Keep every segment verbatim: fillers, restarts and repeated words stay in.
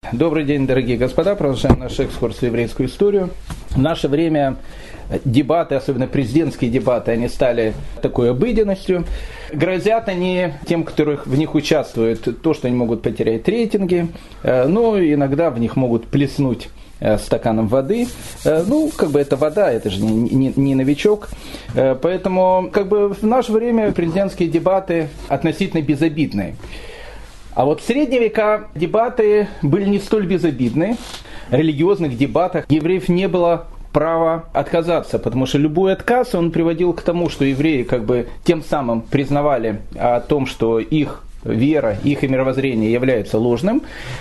Добрый день, дорогие господа, продолжаем наш экскурс в еврейскую историю. В наше время дебаты, особенно президентские дебаты, они стали такой обыденностью. Грозят они тем, которых в них участвуют, то, что они могут потерять рейтинги, но иногда в них могут плеснуть стаканом воды. Ну, как бы это вода, это же не, не, не новичок. Поэтому, как бы в наше время президентские дебаты относительно безобидные. А вот в средние века дебаты были не столь безобидны. В религиозных дебатах евреев не было права отказаться, потому что любой отказ, он приводил к тому, что евреи как бы тем самым признавали о том, что их вера, их мировоззрение является ложным,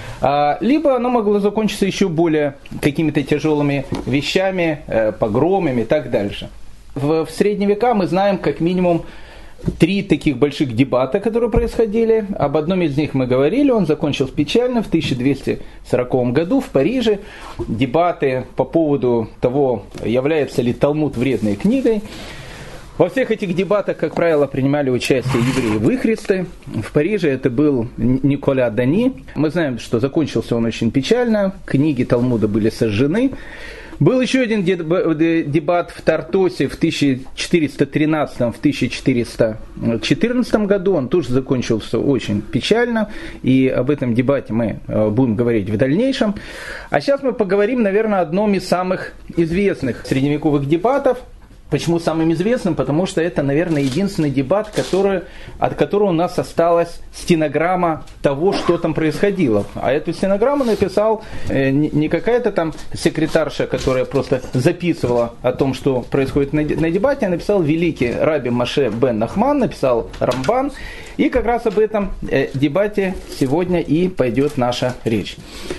либо оно могло закончиться еще более какими-то тяжелыми вещами, погромами и так дальше. В средние века мы знаем как минимум три таких больших дебата, которые происходили. Об одном из них мы говорили, он закончился печально в тысяча двести сороковом году в Париже. Дебаты по поводу того, является ли Талмуд вредной книгой. Во всех этих дебатах, как правило, принимали участие евреи-выхристы. В Париже это был Николя Дани. Мы знаем, что закончился он очень печально. Книги Талмуда были сожжены. Был еще один дебат в Тартосе в тысяча четыреста тринадцатом - тысяча четыреста четырнадцатом году. Он тоже закончился очень печально. И об этом дебате мы будем говорить в дальнейшем. А сейчас мы поговорим, наверное, о одном из самых известных средневековых дебатов. Почему самым известным? Потому что это, наверное, единственный дебат, который, от которого у нас осталась стенограмма того, что там происходило. А эту стенограмму написал э, не какая-то там секретарша, которая просто записывала о том, что происходит на, на дебате, а написал великий Раби Моше бен Нахман, написал Рамбан. И как раз об этом э, дебате сегодня и пойдет наша речь.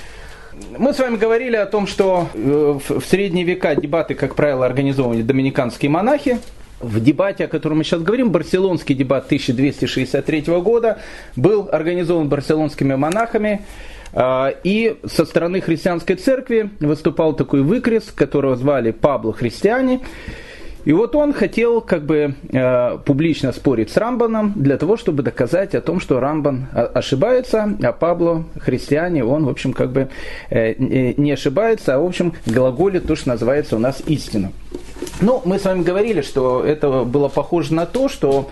Мы с вами говорили о том, что в средние века дебаты, как правило, организовывали доминиканские монахи. В дебате, о котором мы сейчас говорим, барселонский дебат тысяча двести шестьдесят третьего года, был организован барселонскими монахами. И со стороны христианской церкви выступал такой выкрест, которого звали Пабло Христиани. И вот он хотел как бы э, публично спорить с Рамбаном для того, чтобы доказать о том, что Рамбан ошибается, а Пабло Христиани, он, в общем, как бы э, не ошибается, а, в общем, глаголит то, что называется у нас истина. Ну, мы с вами говорили, что это было похоже на то, что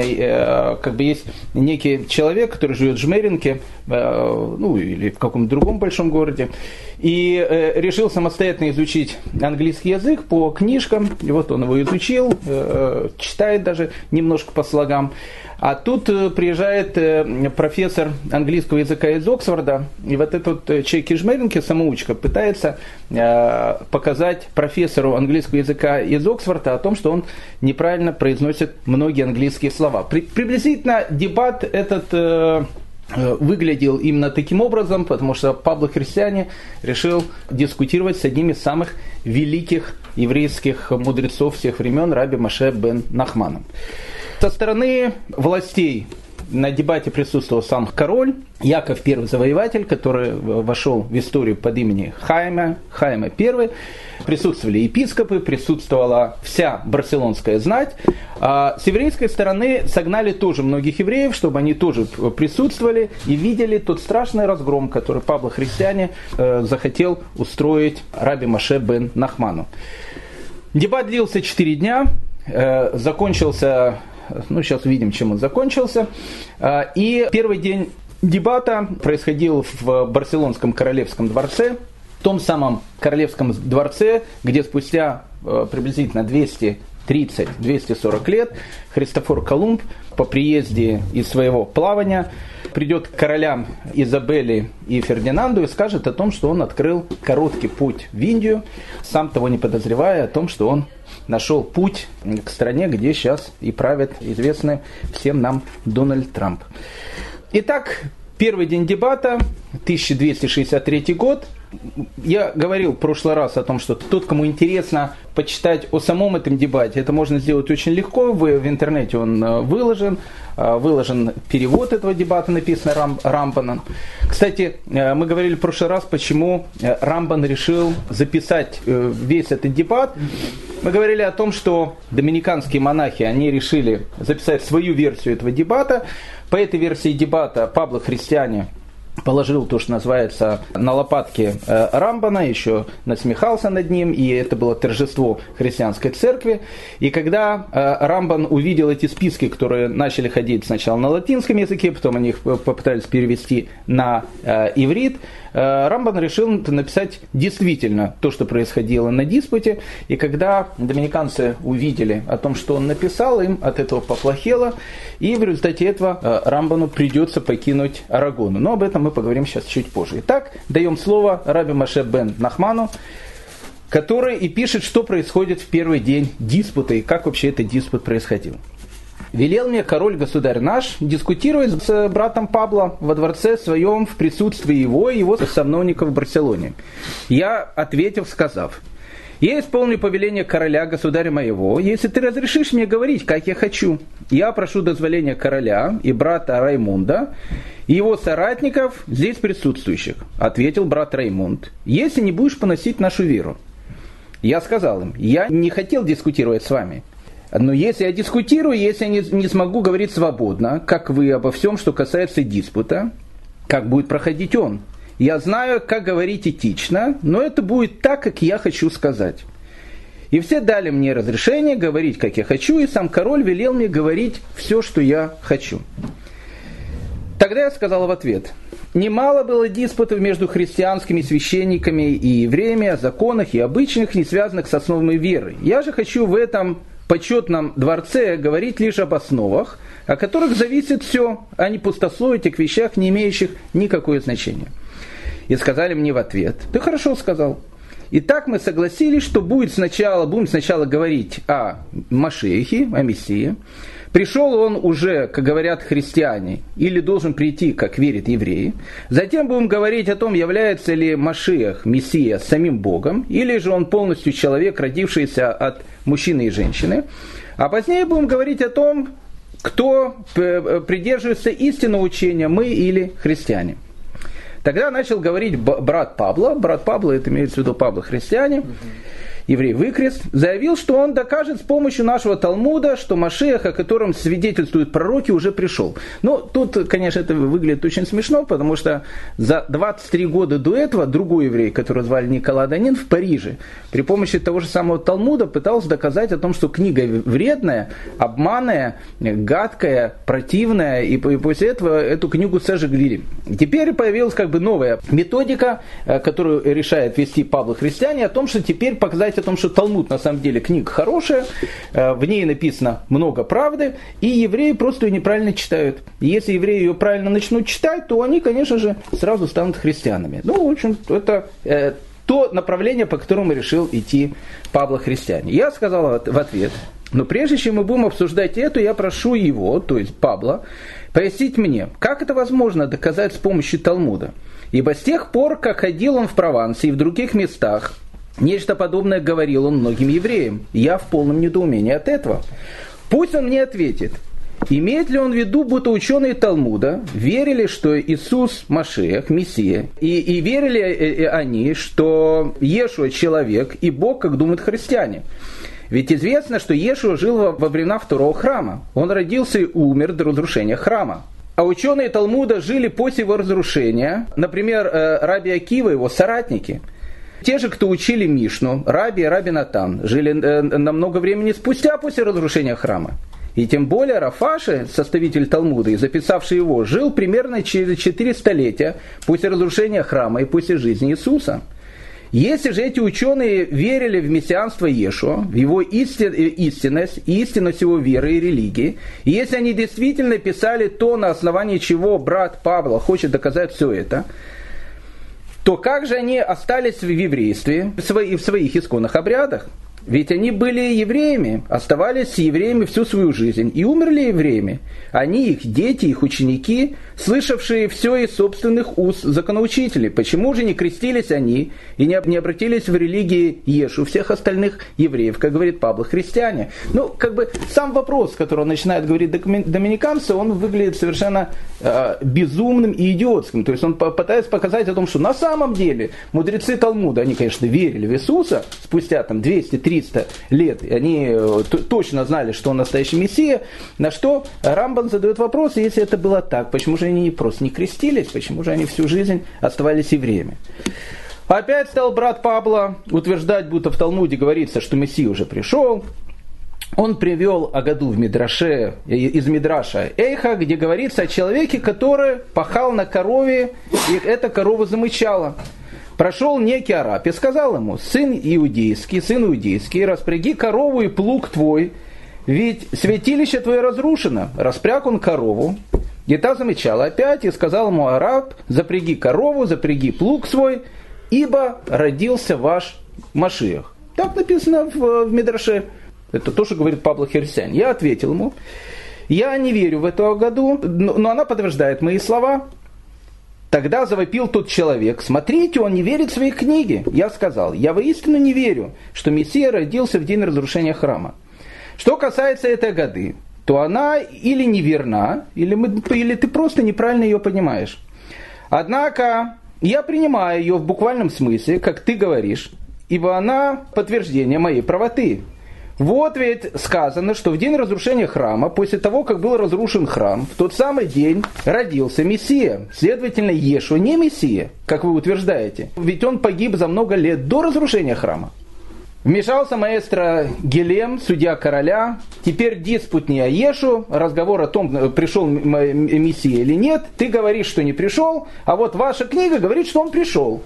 э, как бы есть некий человек, который живет в Жмеринке, э, ну, или в каком-то другом большом городе, и э, решил самостоятельно изучить английский язык по книжкам, и вот он его изучил, э, читает даже немножко по слогам. А тут приезжает профессор английского языка из Оксфорда, и вот этот человек из Жмеринки, самоучка, пытается показать профессору английского языка из Оксфорда о том, что он неправильно произносит многие английские слова. При, приблизительно дебат этот выглядел именно таким образом, потому что Пабло Христиани решил дискутировать с одним из самых великих еврейских мудрецов всех времен, Раби Моше бен Нахманом. Со стороны властей на дебате присутствовал сам король, Яков Первый Завоеватель, который вошел в историю под именем Хайма, Хайма Первый. Присутствовали епископы, присутствовала вся барселонская знать. А с еврейской стороны согнали тоже многих евреев, чтобы они тоже присутствовали и видели тот страшный разгром, который Пабло Христиани э, захотел устроить Раби Моше бен Нахману. Дебат длился четыре дня, э, закончился... Ну, сейчас увидим, чем он закончился. И первый день дебата происходил в Барселонском королевском дворце, в том самом королевском дворце, где спустя приблизительно двести тридцать - двести сорок лет Христофор Колумб по приезде из своего плавания придет к королям Изабелле и Фердинанду и скажет о том, что он открыл короткий путь в Индию, сам того не подозревая о том, что он нашел путь к стране, где сейчас и правит известный всем нам Дональд Трамп. Итак, первый день дебата, тысяча двести шестьдесят третий год. Я говорил в прошлый раз о том, что тот, кому интересно почитать о самом этом дебате, это можно сделать очень легко. Вы, в интернете он выложен, выложен перевод этого дебата, написанный Рам, Рамбаном. Кстати, мы говорили в прошлый раз, почему Рамбан решил записать весь этот дебат. Мы говорили о том, что доминиканские монахи, они решили записать свою версию этого дебата. По этой версии дебата Пабло Христиани положил то, что называется, на лопатки э, Рамбана, еще насмехался над ним, и это было торжество христианской церкви. И когда э, Рамбан увидел эти списки, которые начали ходить сначала на латинском языке, потом они их попытались перевести на э, иврит, э, Рамбан решил написать действительно то, что происходило на диспуте. И когда доминиканцы увидели о том, что он написал, им от этого поплохело, и в результате этого э, Рамбану придется покинуть Арагону. Но об этом мы поговорим сейчас чуть позже. Итак, даем слово Раби Моше бен Нахману, который и пишет, что происходит в первый день диспута и как вообще этот диспут происходил. «Велел мне король-государь наш дискутировать с братом Пабло во дворце своем в присутствии его и его сановников в Барселоне. Я ответил, сказав: я исполню повеление короля, государя моего, если ты разрешишь мне говорить, как я хочу. Я прошу дозволения короля и брата Раймунда и его соратников, здесь присутствующих. Ответил брат Раймунд: если не будешь поносить нашу веру. Я сказал им: я не хотел дискутировать с вами. Но если я дискутирую, если я не, не смогу говорить свободно, как вы, обо всем, что касается диспута, как будет проходить он? Я знаю, как говорить этично, но это будет так, как я хочу сказать. И все дали мне разрешение говорить, как я хочу, и сам король велел мне говорить все, что я хочу. Тогда я сказал в ответ: немало было диспутов между христианскими священниками и евреями о законах и обычаях, не связанных с основами веры. Я же хочу в этом почетном дворце говорить лишь об основах, о которых зависит все, а не пустословить о вещах, не имеющих никакого значения. И сказали мне в ответ: ты хорошо сказал. И так мы согласились, что будет сначала, будем сначала говорить о Машиахе, о Мессии. Пришел он уже, как говорят христиане, или должен прийти, как верят евреи. Затем будем говорить о том, является ли Машиах, Мессия, самим Богом, или же он полностью человек, родившийся от мужчины и женщины. А позднее будем говорить о том, кто придерживается истинного учения, мы или христиане. Тогда начал говорить брат Пабло, брат Пабло, это имеется в виду Пабло христиане, еврей выкрест, заявил, что он докажет с помощью нашего Талмуда, что Машиах, о котором свидетельствуют пророки, уже пришел. Но тут, конечно, это выглядит очень смешно, потому что за двадцать три года до этого другой еврей, которого звали Никола Данин, в Париже, при помощи того же самого Талмуда пытался доказать о том, что книга вредная, обманная, гадкая, противная, и после этого эту книгу сожгли. Теперь появилась как бы новая методика, которую решает вести Пабло христиане, о том, что теперь показать о том, что Талмуд на самом деле книга хорошая, в ней написано много правды, и евреи просто ее неправильно читают. И если евреи ее правильно начнут читать, то они, конечно же, сразу станут христианами. Ну, в общем, это э, то направление, по которому решил идти Пабло христиане. Я сказал в ответ: но прежде чем мы будем обсуждать это, я прошу его, то есть Пабло, пояснить мне, как это возможно доказать с помощью Талмуда. Ибо с тех пор, как ходил он в Провансе и в других местах, нечто подобное говорил он многим евреям. Я в полном недоумении от этого. Пусть он мне ответит, имеет ли он в виду, будто ученые Талмуда верили, что Иисус Машиах, Мессия, и, и верили они, что Иешуа человек и Бог, как думают христиане. Ведь известно, что Иешуа жил во, во времена второго храма. Он родился и умер до разрушения храма. А ученые Талмуда жили после его разрушения. Например, Раби Акива, его соратники. Те же, кто учили Мишну, Раби и Раби Натан, жили намного времени спустя после разрушения храма. И тем более Рафаши, составитель Талмуда и записавший его, жил примерно через четыре столетия после разрушения храма и после жизни Иисуса. Если же эти ученые верили в мессианство Иешуа, в его истин, истинность и истинность его веры и религии, и если они действительно писали то, на основании чего брат Пабло хочет доказать все это, то как же они остались в еврействе в своих, в своих исконных обрядах? Ведь они были евреями, оставались евреями всю свою жизнь и умерли евреями. Они, их дети, их ученики, слышавшие все из собственных уст законоучителей. Почему же не крестились они и не, не обратились в религии Иешуа всех остальных евреев, как говорит Пабло, христиане? Ну, как бы сам вопрос, который он начинает говорить доминиканцы, он выглядит совершенно э, безумным и идиотским. То есть он пытается показать о том, что на самом деле мудрецы Талмуда, они, конечно, верили в Иисуса спустя там двести-триста триста лет они точно знали, что он настоящий Мессия, на что Рамбан задает вопрос, если это было так, почему же они просто не крестились, почему же они всю жизнь оставались евреями. Опять стал брат Пабло утверждать, будто в Талмуде говорится, что Мессия уже пришел. Он привел Агаду в Мидраше, из Мидраша Эйха, где говорится о человеке, который пахал на корове, и эта корова замычала. Прошел некий араб и сказал ему: сын иудейский, сын иудейский, распряги корову и плуг твой, ведь святилище твое разрушено. Распряг он корову, и та замычала опять, и сказал ему араб: запряги корову, запряги плуг свой, ибо родился ваш Машиах. Так написано в, в Мидраше. Это то, что говорит Пабло Христиан. Я ответил ему: я не верю в эту Агаду, но она подтверждает мои слова. Тогда завопил тот человек: смотрите, он не верит в свои книги. Я сказал: я воистину не верю, что Мессия родился в день разрушения храма. Что касается этой Агады, то она или неверна, или, мы, или ты просто неправильно ее понимаешь. Однако я принимаю ее в буквальном смысле, как ты говоришь, ибо она подтверждение моей правоты. Вот ведь сказано, что в день разрушения храма, после того, как был разрушен храм, в тот самый день родился Мессия. Следовательно, Иешуа не Мессия, как вы утверждаете, ведь он погиб за много лет до разрушения храма. Вмешался маэстро Гилем, судья короля. Теперь диспут не о Иешуа, разговор о том, пришел Мессия или нет. Ты говоришь, что не пришел, а вот ваша книга говорит, что он пришел.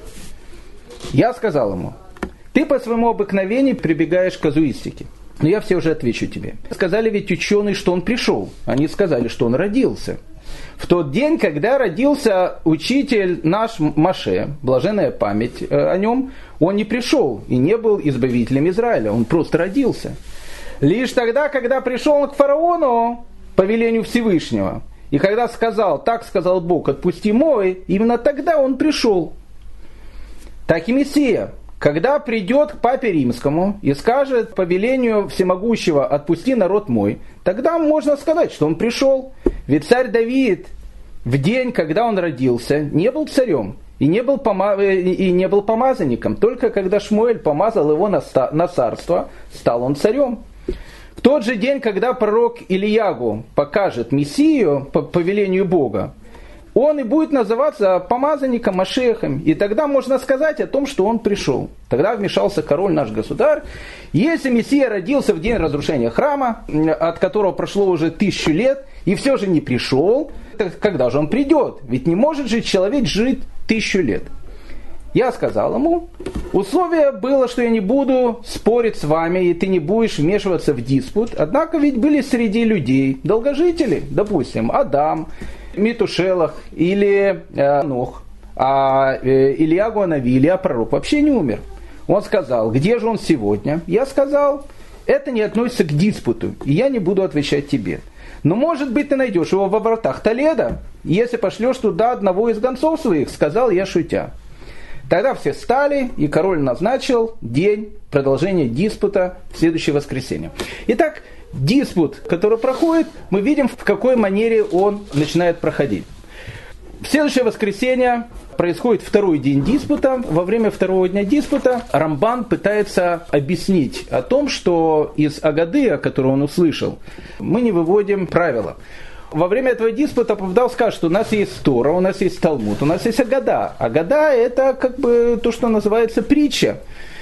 Я сказал ему: ты по своему обыкновению прибегаешь к казуистике. Но я все уже отвечу тебе. Сказали ведь ученые, что он пришел. Они сказали, что он родился. В тот день, когда родился учитель наш Моше, блаженная память о нем, он не пришел и не был избавителем Израиля. Он просто родился. Лишь тогда, когда пришел он к фараону по велению Всевышнего, и когда сказал: так сказал Бог, отпусти мой, именно тогда он пришел. Так и Мессия, когда придет к папе римскому и скажет по велению всемогущего: отпусти народ мой, тогда можно сказать, что он пришел. Ведь царь Давид в день, когда он родился, не был царем и не был, пома... и не был помазанником. Только когда Шмуэль помазал его на, ста... на царство, стал он царем. В тот же день, когда пророк Ильягу покажет Мессию по, по велению Бога, он и будет называться помазанником, Машиахом. И тогда можно сказать о том, что он пришел. Тогда вмешался король наш государь. Если Мессия родился в день разрушения храма, от которого прошло уже тысячу лет, и все же не пришел, так когда же он придет? Ведь не может же человек жить тысячу лет. Я сказал ему: условие было, что я не буду спорить с вами, и ты не будешь вмешиваться в диспут. Однако ведь были среди людей долгожители, допустим, Адам, Метушелах или э, Нох, а э, Ильягу Анави, Илья пророк вообще не умер. Он сказал: где же он сегодня? Я сказал: это не относится к диспуту, и я не буду отвечать тебе. Но может быть ты найдешь его во вратах Толеда, если пошлешь туда одного из гонцов своих, сказал я шутя. Тогда все встали, и король назначил день продолжения диспута в следующее воскресенье. Итак, диспут, который проходит, мы видим, в какой манере он начинает проходить. В следующее воскресенье происходит второй день диспута. Во время второго дня диспута Рамбан пытается объяснить о том, что из Агады, о которой он услышал, мы не выводим правила. Во время этого диспута Павдал скажет, что у нас есть Тора, у нас есть Талмуд, у нас есть Агада. Агада — это как бы то, что называется притча.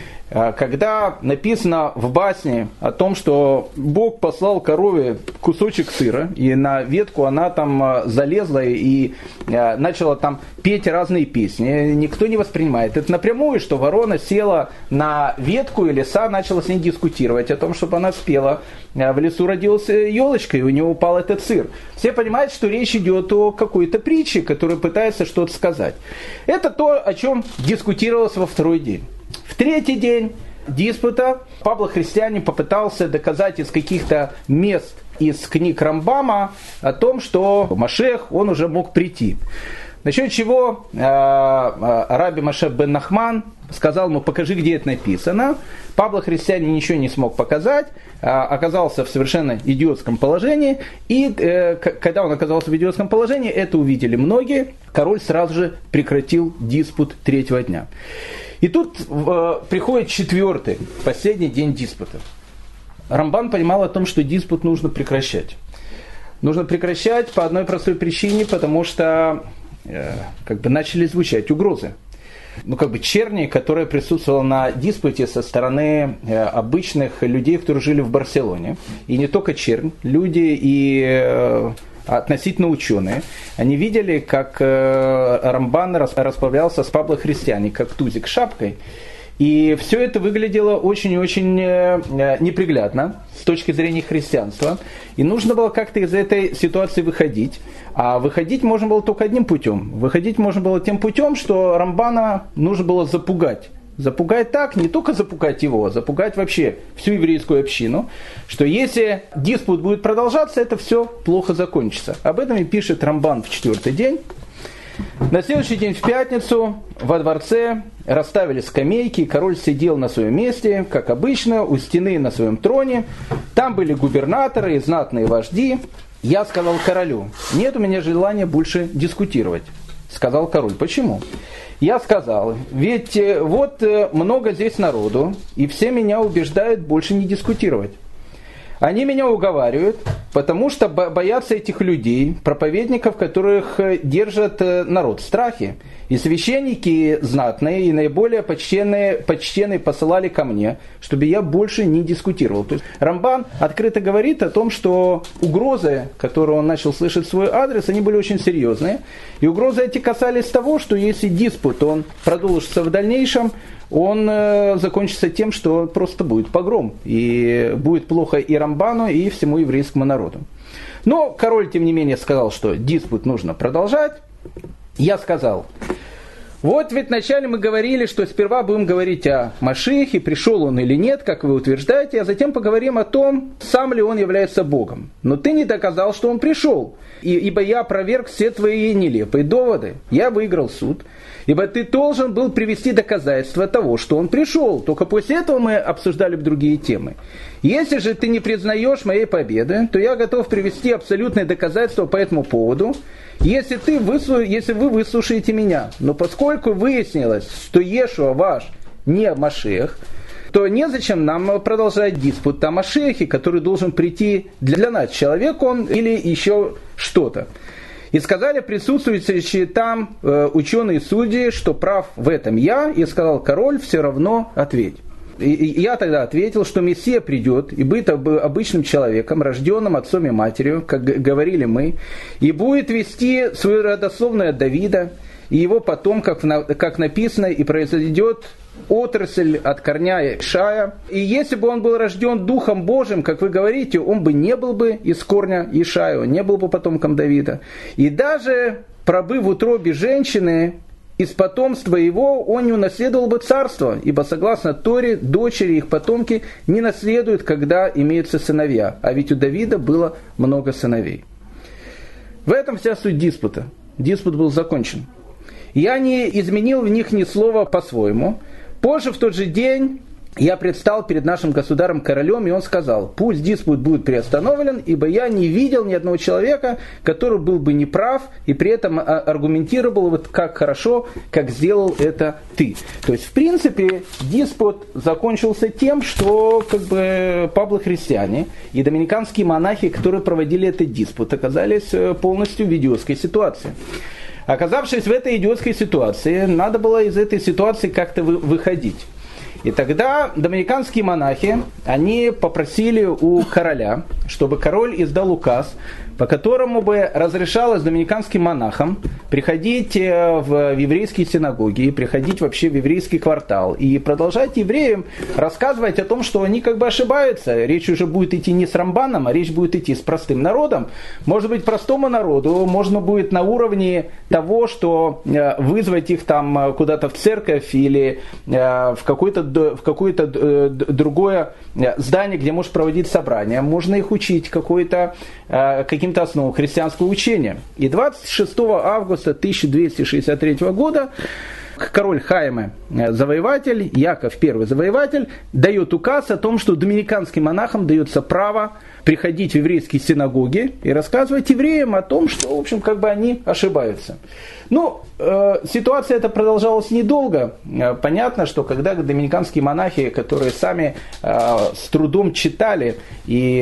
Когда написано в басне о том, что Бог послал корове кусочек сыра, и на ветку она там залезла и начала там петь разные песни, никто не воспринимает это напрямую, что ворона села на ветку, и лиса начала с ней дискутировать о том, чтобы она спела: в лесу родилась елочка, и у нее упал этот сыр. Все понимают, что речь идет о какой-то притче, которая пытается что-то сказать. Это то, о чем дискутировалось во второй день. В третий день диспута Пабло Христианин попытался доказать из каких-то мест из книг Рамбама о том, что Машиах, он уже мог прийти. Насчет чего э, раби Моше бен Нахман сказал ему: покажи, где это написано. Пабло Христианин ничего не смог показать, э, оказался в совершенно идиотском положении. И э, к- когда он оказался в идиотском положении, это увидели многие. Король сразу же прекратил диспут третьего дня. И тут э, приходит четвертый, последний день диспута. Рамбан понимал о том, что диспут нужно прекращать. Нужно прекращать по одной простой причине, потому что э, как бы начали звучать угрозы. Ну, как бы черни, которая присутствовала на диспуте со стороны э, обычных людей, которые жили в Барселоне. И не только чернь, люди и э, относительно ученые. Они видели, как э, Рамбан расправлялся с Пабло Христиани, как тузик шапкой. И все это выглядело очень и очень неприглядно с точки зрения христианства. И нужно было как-то из этой ситуации выходить. А выходить можно было только одним путем. Выходить можно было тем путем, что Рамбана нужно было запугать. Запугать так, не только запугать его, а запугать вообще всю еврейскую общину, что если диспут будет продолжаться, это все плохо закончится. Об этом и пишет Рамбан в четвертый день. На следующий день, в пятницу, во дворце расставили скамейки, король сидел на своем месте, как обычно, у стены на своем троне. Там были губернаторы и знатные вожди. Я сказал королю: нет у меня желания больше дискутировать. Сказал король: почему? Я сказал: ведь вот много здесь народу, и все меня убеждают больше не дискутировать. Они меня уговаривают, потому что боятся этих людей, проповедников, которых держат народ в страхе. И священники знатные и наиболее почтенные, почтенные посылали ко мне, чтобы я больше не дискутировал. То есть Рамбан открыто говорит о том, что угрозы, которые он начал слышать в свой адрес, они были очень серьезные. И угрозы эти касались того, что если диспут он продолжится в дальнейшем, он э, закончится тем, что просто будет погром. И будет плохо и Рамбану, и всему еврейскому народу. Но король, тем не менее, сказал, что диспут нужно продолжать. Я сказал: вот ведь вначале мы говорили, что сперва будем говорить о Машиахе, пришел он или нет, как вы утверждаете, а затем поговорим о том, сам ли он является Богом. Но ты не доказал, что он пришел, и, ибо я опроверг все твои нелепые доводы. Я выиграл суд, ибо ты должен был привести доказательства того, что он пришел. Только после этого мы обсуждали бы другие темы. Если же ты не признаешь моей победы, то я готов привести абсолютные доказательства по этому поводу, если, ты выслу... если вы выслушаете меня. Но поскольку выяснилось, что Иешуа ваш не Машиах, то незачем нам продолжать диспут о Машиахе, который должен прийти для нас. Человек он или еще что-то. И сказали присутствующие там э, ученые судьи, что прав в этом я, и сказал король: все равно ответь. И, и я тогда ответил, что Мессия придет и будет обычным человеком, рожденным отцом и матерью, как говорили мы, и будет вести свою родословную от Давида и его потомков, как написано, и произойдет отрасль от корня Ишая. И если бы он был рожден Духом Божиим, как вы говорите, он бы не был бы из корня Ишая, он не был бы потомком Давида. И даже пробыв в утробе женщины, из потомства его он не унаследовал бы царство, ибо согласно Торе дочери и их потомки не наследуют, когда имеются сыновья, а ведь у Давида было много сыновей. В этом вся суть диспута. Диспут был закончен. Я не изменил в них ни слова по-своему. Позже, в тот же день, я предстал перед нашим государем-королем, и он сказал: пусть диспут будет приостановлен, ибо я не видел ни одного человека, который был бы неправ, и при этом аргументировал вот как хорошо, как сделал это ты. То есть, в принципе, диспут закончился тем, что как бы Пабло Христиани и доминиканские монахи, которые проводили этот диспут, оказались полностью в идиотской ситуации. Оказавшись в этой идиотской ситуации, надо было из этой ситуации как-то выходить. И тогда доминиканские монахи, они попросили у короля, чтобы король издал указ, по которому бы разрешалось доминиканским монахам приходить в еврейские синагоги, приходить вообще в еврейский квартал и продолжать евреям рассказывать о том, что они как бы ошибаются. Речь уже будет идти не с Рамбаном, а речь будет идти с простым народом. Может быть, простому народу можно будет на уровне того, что вызвать их там куда-то в церковь или в какое-то, в какое-то другое здание, где может проводить собрание. Можно их учить какой-то, каким-то основам христианского учения. И двадцать шестого августа тысяча двести шестьдесят третьего года король Хайме завоеватель, Яков первый завоеватель, дает указ о том, что доминиканским монахам дается право приходить в еврейские синагоги и рассказывать евреям о том, что, в общем, как бы они ошибаются. Ну, э, ситуация эта продолжалась недолго. Э, понятно, что когда доминиканские монахи, которые сами э, с трудом читали и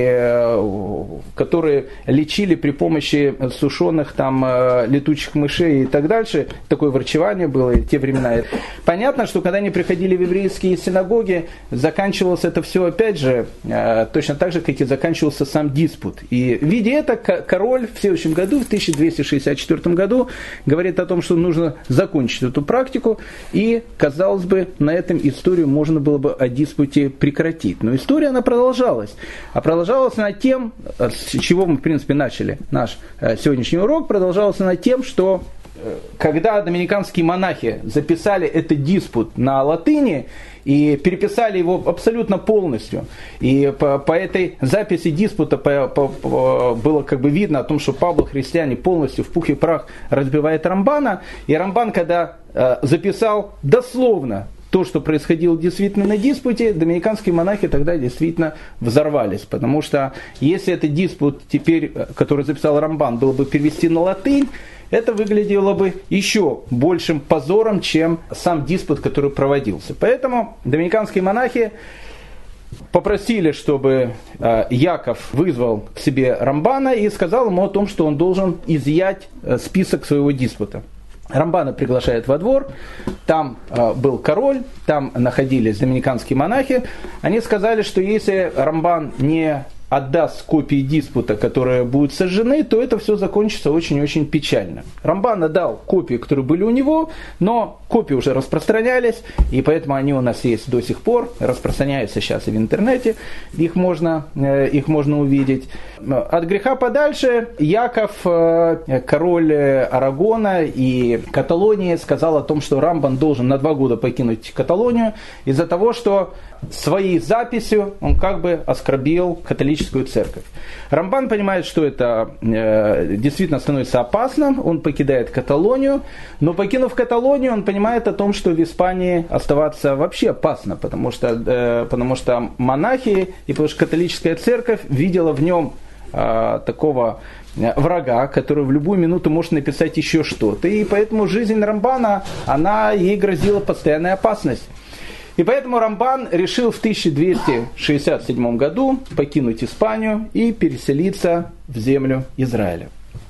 э, которые лечили при помощи сушеных там э, летучих мышей и так дальше, такое врачевание было в те времена. Понятно, что когда они приходили в еврейские синагоги, заканчивалось это все опять же э, точно так же, как и заканчивался сам диспут. И видя это, король в следующем году, в тысяча двести шестьдесят четвёртом году, говорит о том, что нужно закончить эту практику, и, казалось бы, на этом историю можно было бы о диспуте прекратить. Но история, она продолжалась. А продолжалась она тем, с чего мы, в принципе, начали наш сегодняшний урок, продолжалась она тем, что когда доминиканские монахи записали этот диспут на латыни и переписали его абсолютно полностью, и по, по этой записи диспута по, по, по, было как бы видно о том, что Павло Христиане полностью в пух и прах разбивает Рамбана, и Рамбан, когда э, записал дословно то, что происходило действительно на диспуте, доминиканские монахи тогда действительно взорвались. Потому что если этот диспут теперь, который записал Рамбан, было бы перевести на латынь, это выглядело бы еще большим позором, чем сам диспут, который проводился. Поэтому доминиканские монахи попросили, чтобы Яков вызвал к себе Рамбана и сказал ему о том, что он должен изъять список своего диспута. Рамбана приглашает во двор, там э, был король, там находились доминиканские монахи. Они сказали, что если Рамбан не отдаст копии диспута, которые будут сожжены, то это все закончится очень-очень печально. Рамбан отдал копии, которые были у него, но копии уже распространялись, и поэтому они у нас есть до сих пор, распространяются сейчас и в интернете, их можно, их можно увидеть. От греха подальше Яков, король Арагона и Каталонии, сказал о том, что Рамбан должен на два года покинуть Каталонию из-за того, что своей записью он как бы оскорбил католическую церковь. Рамбан понимает, что это э, действительно становится опасным, он покидает Каталонию, но покинув Каталонию, он понимает о том, что в Испании оставаться вообще опасно, потому что, э, потому что монахи и потому что католическая церковь видела в нем э, такого врага, который в любую минуту может написать еще что-то, и поэтому жизнь Рамбана, она ей грозила постоянная опасность. И поэтому Рамбан решил в тысяча двести шестьдесят седьмом году покинуть Испанию и переселиться в землю Израиля.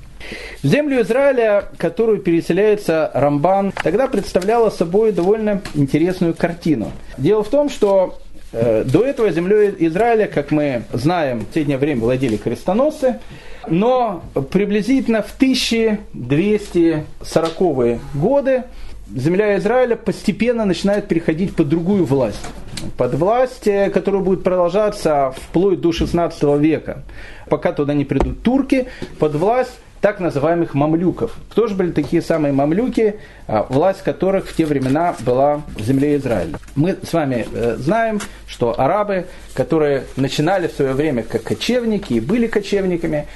В землю Израиля, которую переселяется Рамбан, тогда представляла собой довольно интересную картину. Дело в том, что э, до этого землей Израиля, как мы знаем, в последнее время владели крестоносцы, но приблизительно в тысяча двести сороковые годы земля Израиля постепенно начинает переходить под другую власть. Под власть, которая будет продолжаться вплоть до шестнадцатого века, пока туда не придут турки, под власть так называемых мамлюков. Кто же были такие самые мамлюки, власть которых в те времена была в земле Израиля? Мы с вами знаем, что арабы, которые начинали в свое время как кочевники и были кочевниками,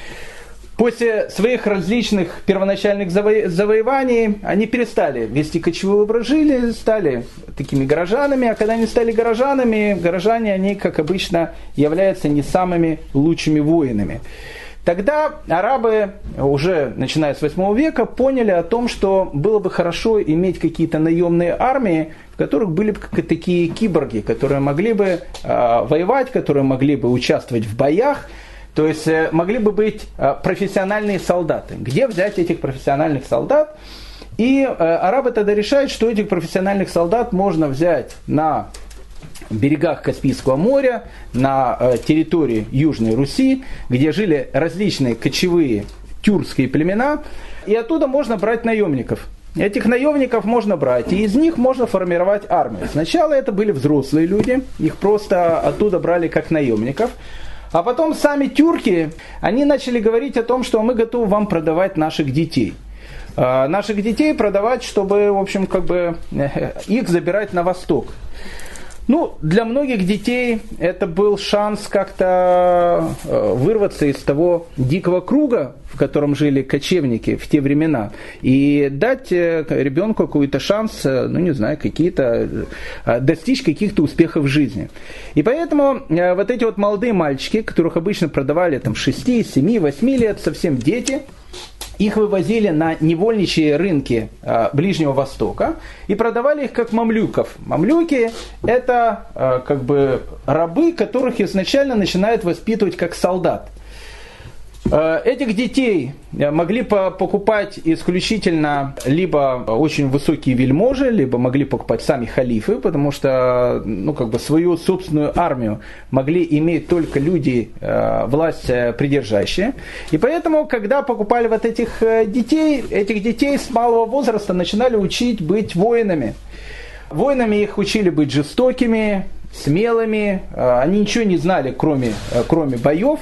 после своих различных первоначальных заво- завоеваний они перестали вести кочевой образ жизни, стали такими горожанами, а когда они стали горожанами, горожане, они, как обычно, являются не самыми лучшими воинами. Тогда арабы, уже начиная с восьмого века, поняли о том, что было бы хорошо иметь какие-то наемные армии, в которых были бы такие киборги, которые могли бы э, воевать, которые могли бы участвовать в боях, то есть могли бы быть профессиональные солдаты. Где взять этих профессиональных солдат? И арабы тогда решают, что этих профессиональных солдат можно взять на берегах Каспийского моря, на территории Южной Руси, где жили различные кочевые тюркские племена, и оттуда можно брать наемников. Этих наемников можно брать, и из них можно формировать армию. Сначала это были взрослые люди, их просто оттуда брали как наемников. А потом сами тюрки, они начали говорить о том, что мы готовы вам продавать наших детей. Э, наших детей продавать, чтобы, в общем, как бы, э, их забирать на восток. Ну, для многих детей это был шанс как-то вырваться из того дикого круга, в котором жили кочевники в те времена, и дать ребенку какой-то шанс, ну не знаю, какие-то, достичь каких-то успехов в жизни. И поэтому вот эти вот молодые мальчики, которых обычно продавали там шести, семи, восьми лет, совсем дети, их вывозили на невольничьи рынки э, Ближнего Востока и продавали их как мамлюков. Мамлюки – это э, как бы рабы, которых изначально начинают воспитывать как солдат. Э, этих детей могли покупать исключительно либо очень высокие вельможи, либо могли покупать сами халифы, потому что ну, как бы свою собственную армию могли иметь только люди, э, власть придержащие. И поэтому, когда покупали вот этих детей, этих детей с малого возраста начинали учить быть воинами. Воинами их учили быть жестокими, смелыми, э, они ничего не знали, кроме, э, кроме боев.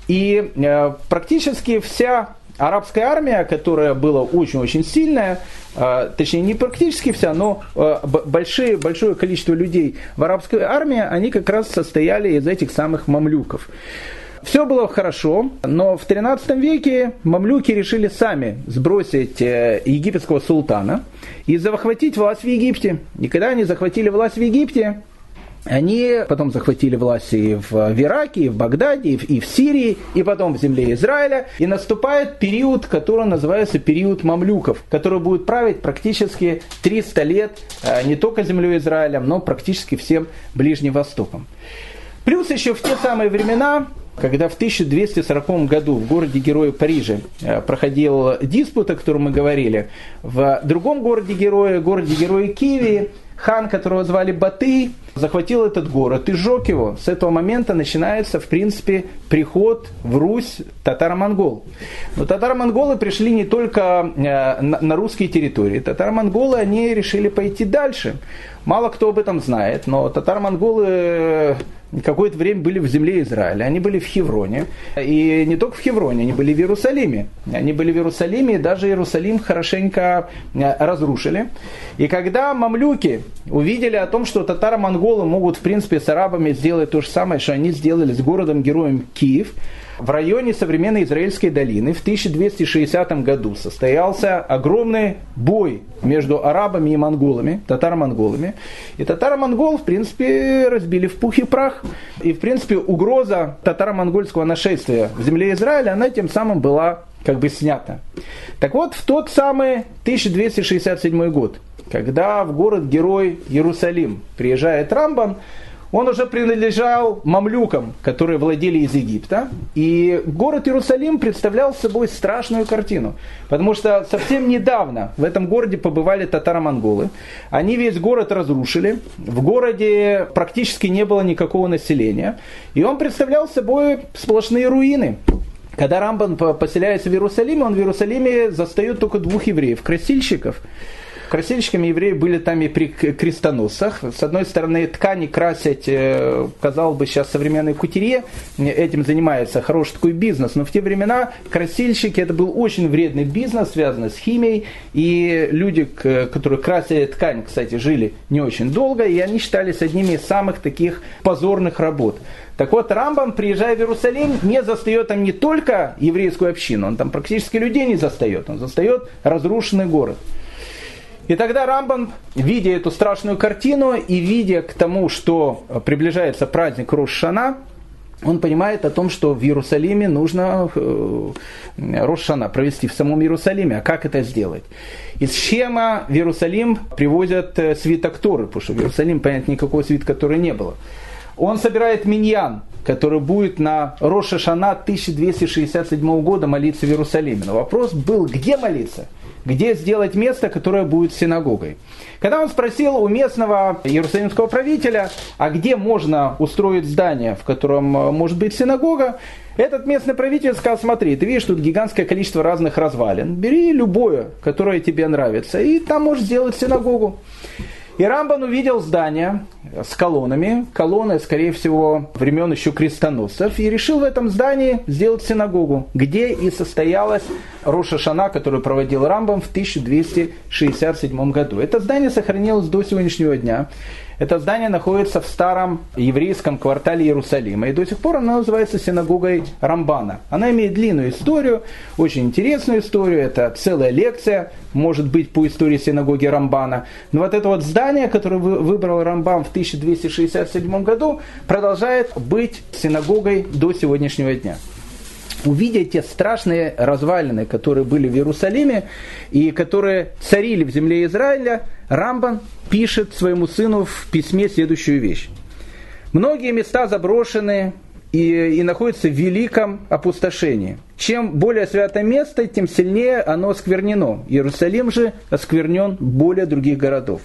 И э, практически вся арабская армия, которая была очень-очень сильная, э, точнее не практически вся, но э, большие, большое количество людей в арабской армии, они как раз состояли из этих самых мамлюков. Все было хорошо, но в тринадцатом веке мамлюки решили сами сбросить э, египетского султана и захватить власть в Египте. И когда они захватили власть в Египте, они потом захватили власть и в Ираке, и в Багдаде, и в Сирии, и потом в земле Израиля. И наступает период, который называется период мамлюков, который будет править практически триста лет не только землей Израиля, но практически всем Ближним Востоком. Плюс еще в те самые времена, когда в тысяча двести сороковом году в городе-герое Париже проходил диспут, о котором мы говорили, в другом городе-герое, городе-герое Киеве, хан, которого звали Батый, захватил этот город и сжег его. С этого момента начинается, в принципе, приход в Русь татаро-монгол. Но татаро-монголы пришли не только на русские территории. Татаро-монголы, они решили пойти дальше. Мало кто об этом знает, но татаро-монголы какое-то время были в земле Израиля, они были в Хевроне, и не только в Хевроне, они были в Иерусалиме. Они были в Иерусалиме, и даже Иерусалим хорошенько разрушили. И когда мамлюки увидели о том, что татаро-монголы могут, в принципе, с арабами сделать то же самое, что они сделали с городом-героем Киев, в районе современной Израильской долины в тысяча двести шестидесятом году состоялся огромный бой между арабами и монголами, татаро-монголами. И татаро-монгол, в принципе, разбили в пух и прах. И, в принципе, угроза татаро-монгольского нашествия в земле Израиля, она тем самым была как бы снята. Так вот, в тот самый тысяча двести шестьдесят седьмой год, когда в город-герой Иерусалим приезжает Рамбан, он уже принадлежал мамлюкам, которые владели из Египта. И город Иерусалим представлял собой страшную картину. Потому что совсем недавно в этом городе побывали татаро-монголы. Они весь город разрушили. В городе практически не было никакого населения. И он представлял собой сплошные руины. Когда Рамбан поселяется в Иерусалиме, он в Иерусалиме застает только двух евреев, красильщиков. Красильщиками евреи были там и при крестоносцах. С одной стороны, ткани красить, казалось бы, сейчас современный кутюрье этим занимается, хороший такой бизнес. Но в те времена красильщики, это был очень вредный бизнес, связанный с химией. И люди, которые красили ткань, кстати, жили не очень долго, и они считались одними из самых таких позорных работ. Так вот, Рамбам, приезжая в Иерусалим, не застает там не только еврейскую общину, он там практически людей не застает, он застает разрушенный город. И тогда Рамбан, видя эту страшную картину и видя к тому, что приближается праздник Рош-ха-Шана, он понимает о том, что в Иерусалиме нужно Рош-ха-Шана провести в самом Иерусалиме. А как это сделать? Из Шхема в Иерусалим привозят свиток Торы, потому что в Иерусалим, понятно, никакого свитка Торы не было. Он собирает миньян, который будет на Рош-ха-Шана тысяча двести шестьдесят седьмого года молиться в Иерусалиме. Но вопрос был, где молиться? Где сделать место, которое будет синагогой. Когда он спросил у местного иерусалимского правителя, а где можно устроить здание, в котором может быть синагога, этот местный правитель сказал: смотри, ты видишь, тут гигантское количество разных развалин, бери любое, которое тебе нравится, и там можешь сделать синагогу. И Рамбан увидел здание, с колоннами. Колонны, скорее всего, времен еще крестоносцев. И решил в этом здании сделать синагогу, где и состоялась Рош ха-Шана, которую проводил Рамбам в тысяча двести шестьдесят седьмом году. Это здание сохранилось до сегодняшнего дня. Это здание находится в старом еврейском квартале Иерусалима. И до сих пор оно называется синагогой Рамбана. Она имеет длинную историю, очень интересную историю. Это целая лекция, может быть, по истории синагоги Рамбана. Но вот это вот здание, которое выбрал Рамбам в тысяча двести шестьдесят седьмом году, продолжает быть синагогой до сегодняшнего дня. Увидя те страшные развалины, которые были в Иерусалиме и которые царили в земле Израиля, Рамбан пишет своему сыну в письме следующую вещь. «Многие места заброшены и, и находятся в великом опустошении. Чем более святое место, тем сильнее оно осквернено. Иерусалим же осквернен более других городов».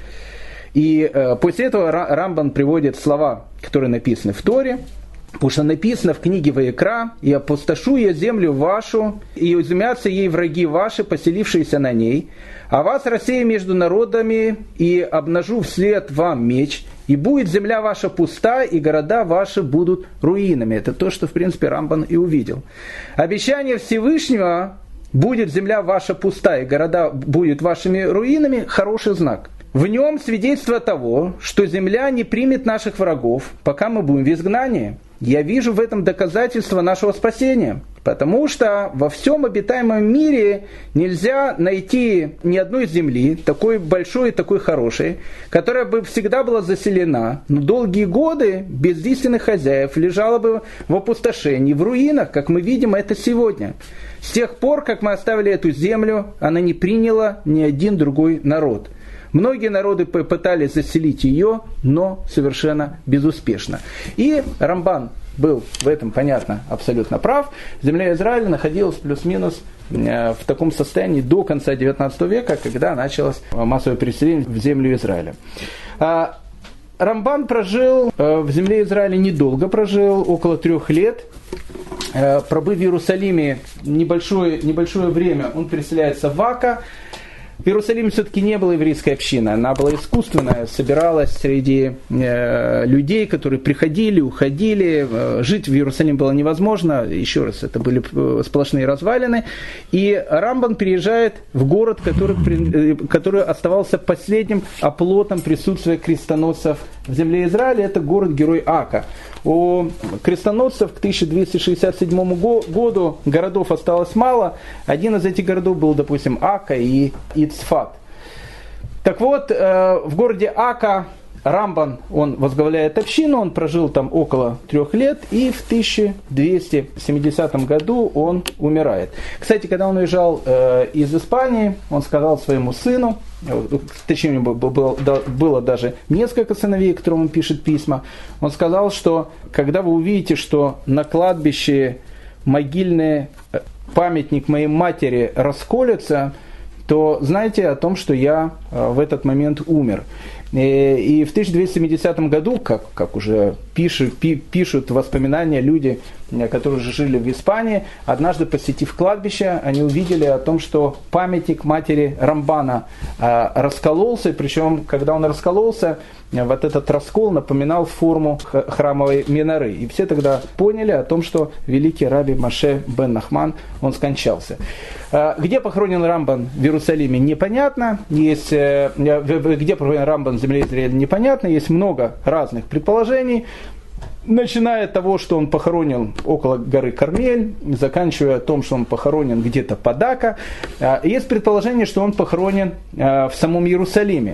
И э, после этого Рамбан приводит слова, которые написаны в Торе, потому что написано в книге Ваикра: «И опустошу я землю вашу, и изумятся ей враги ваши, поселившиеся на ней, а вас рассею между народами, и обнажу вслед вам меч, и будет земля ваша пуста, и города ваши будут руинами». Это то, что, в принципе, Рамбан и увидел. Обещание Всевышнего: «Будет земля ваша пуста, и города будут вашими руинами» – хороший знак. В нем свидетельство того, что земля не примет наших врагов, пока мы будем в изгнании. Я вижу в этом доказательство нашего спасения, потому что во всем обитаемом мире нельзя найти ни одной земли, такой большой и такой хорошей, которая бы всегда была заселена, но долгие годы без истинных хозяев лежала бы в опустошении, в руинах, как мы видим это сегодня. С тех пор, как мы оставили эту землю, она не приняла ни один другой народ. Многие народы пытались заселить ее, но совершенно безуспешно. И Рамбан был в этом, понятно, абсолютно прав. Земля Израиля находилась плюс-минус в таком состоянии до конца девятнадцатого века, когда началось массовое переселение в землю Израиля. Рамбан прожил в земле Израиля недолго, прожил около трех лет. Пробыв в Иерусалиме небольшое, небольшое время, он переселяется в Ака. В Иерусалиме все-таки не было еврейской общины, она была искусственная, собиралась среди э, людей, которые приходили, уходили. Э, жить в Иерусалиме было невозможно, еще раз, это были сплошные развалины. И Рамбан переезжает в город, который, который оставался последним оплотом присутствия крестоносцев в земле Израиля, это город-герой Ака. У крестоносцев к тысяча двести шестьдесят седьмому году городов осталось мало. Один из этих городов был, допустим, Ака и Ицфат. Так вот, в городе Ака Рамбан, он возглавляет общину, он прожил там около трех лет, и в тысяча двести семидесятом году он умирает. Кстати, когда он уезжал э, из Испании, он сказал своему сыну, точнее, у него было, было даже несколько сыновей, которым он пишет письма, он сказал, что когда вы увидите, что на кладбище могильный памятник моей матери расколется, то знайте о том, что я в этот момент умер. И в тысяча двести семидесятом году, как, как уже пишут, пи, пишут воспоминания люди, которые уже жили в Испании, однажды, посетив кладбище, они увидели о том, что памятник матери Рамбана э, раскололся, причем, когда он раскололся, вот этот раскол напоминал форму храмовой миноры. И все тогда поняли о том, что великий раби Моше бен Нахман, он скончался. Э, где похоронен Рамбан в Иерусалиме, непонятно. Есть, э, где похоронен Рамбан в земле Израиля, непонятно. Есть много разных предположений. Начиная от того, что он похоронен около горы Кармель, заканчивая том, что он похоронен где-то под Ака. Есть предположение, что он похоронен в самом Иерусалиме.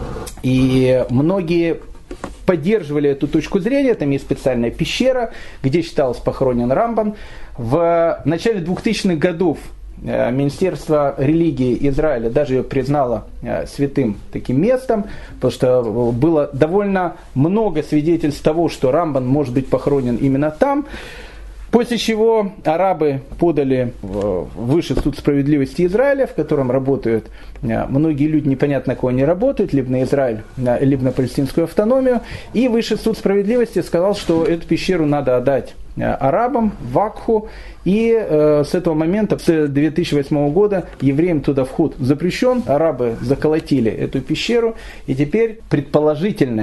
И многие поддерживали эту точку зрения. Там есть специальная пещера, где считалось похоронен Рамбан. В начале двухтысячных годов Министерство религии Израиля даже ее признало святым таким местом, потому что было довольно много свидетельств того, что Рамбан может быть похоронен именно там. После чего арабы подали в Высший суд справедливости Израиля, в котором работают многие люди, непонятно на кого они работают, либо на Израиль, либо на палестинскую автономию. И Высший суд справедливости сказал, что эту пещеру надо отдать арабам, вакху, и э, с этого момента, с две тысячи восьмого года, евреям туда вход запрещен, арабы заколотили эту пещеру, и теперь предположительное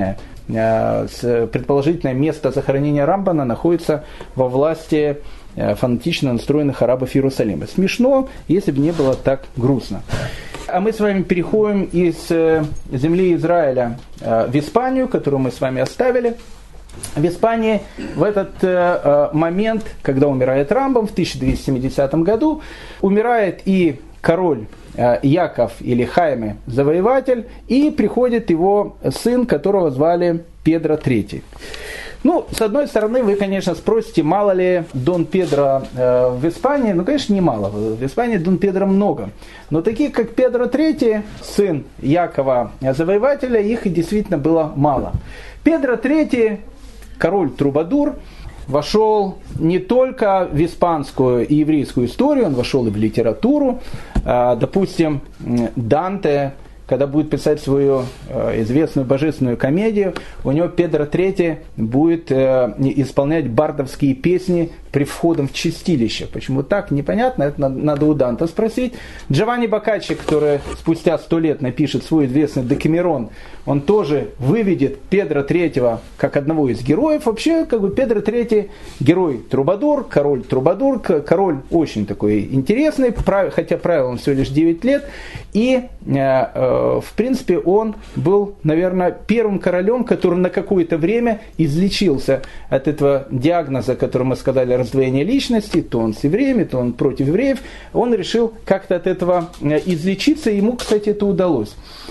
предположительное место захоронения Рамбана находится во власти фанатично настроенных арабов Иерусалима. Смешно, если бы не было так грустно. А мы с вами переходим из земли Израиля в Испанию, которую мы с вами оставили. В Испании в этот момент, когда умирает Рамбам в тысяча двести семидесятом году, умирает и король Яков или Хайме Завоеватель, и приходит его сын, которого звали Педро третий. Ну, с одной стороны, вы, конечно, спросите, мало ли Дон Педро э, в Испании. Ну, конечно, немало. В Испании Дон Педро много. Но таких, как Педро третий, сын Якова Завоевателя, их и действительно было мало. Педро третий, король Трубадур, вошел не только в испанскую и еврейскую историю, он вошел и в литературу. Э, допустим, Данте, когда будет писать свою э, известную божественную комедию, у него Педро третий будет э, исполнять бардовские песни при входе в чистилище. Почему так, непонятно, это надо, надо у Данте спросить. Джованни Боккаччи, который спустя сто лет напишет свой известный Декамерон, он тоже выведет Педро третьего как одного из героев. Вообще, как бы Педро третий герой Трубадур, король Трубадур, король очень такой интересный, хотя правил он всего лишь девять лет, и э, в принципе, он был, наверное, первым королем, который на какое-то время излечился от этого диагноза, который мы сказали, раздвоение личности, то он с евреями, то он против евреев. Он решил как-то от этого излечиться, и ему, кстати, это удалось.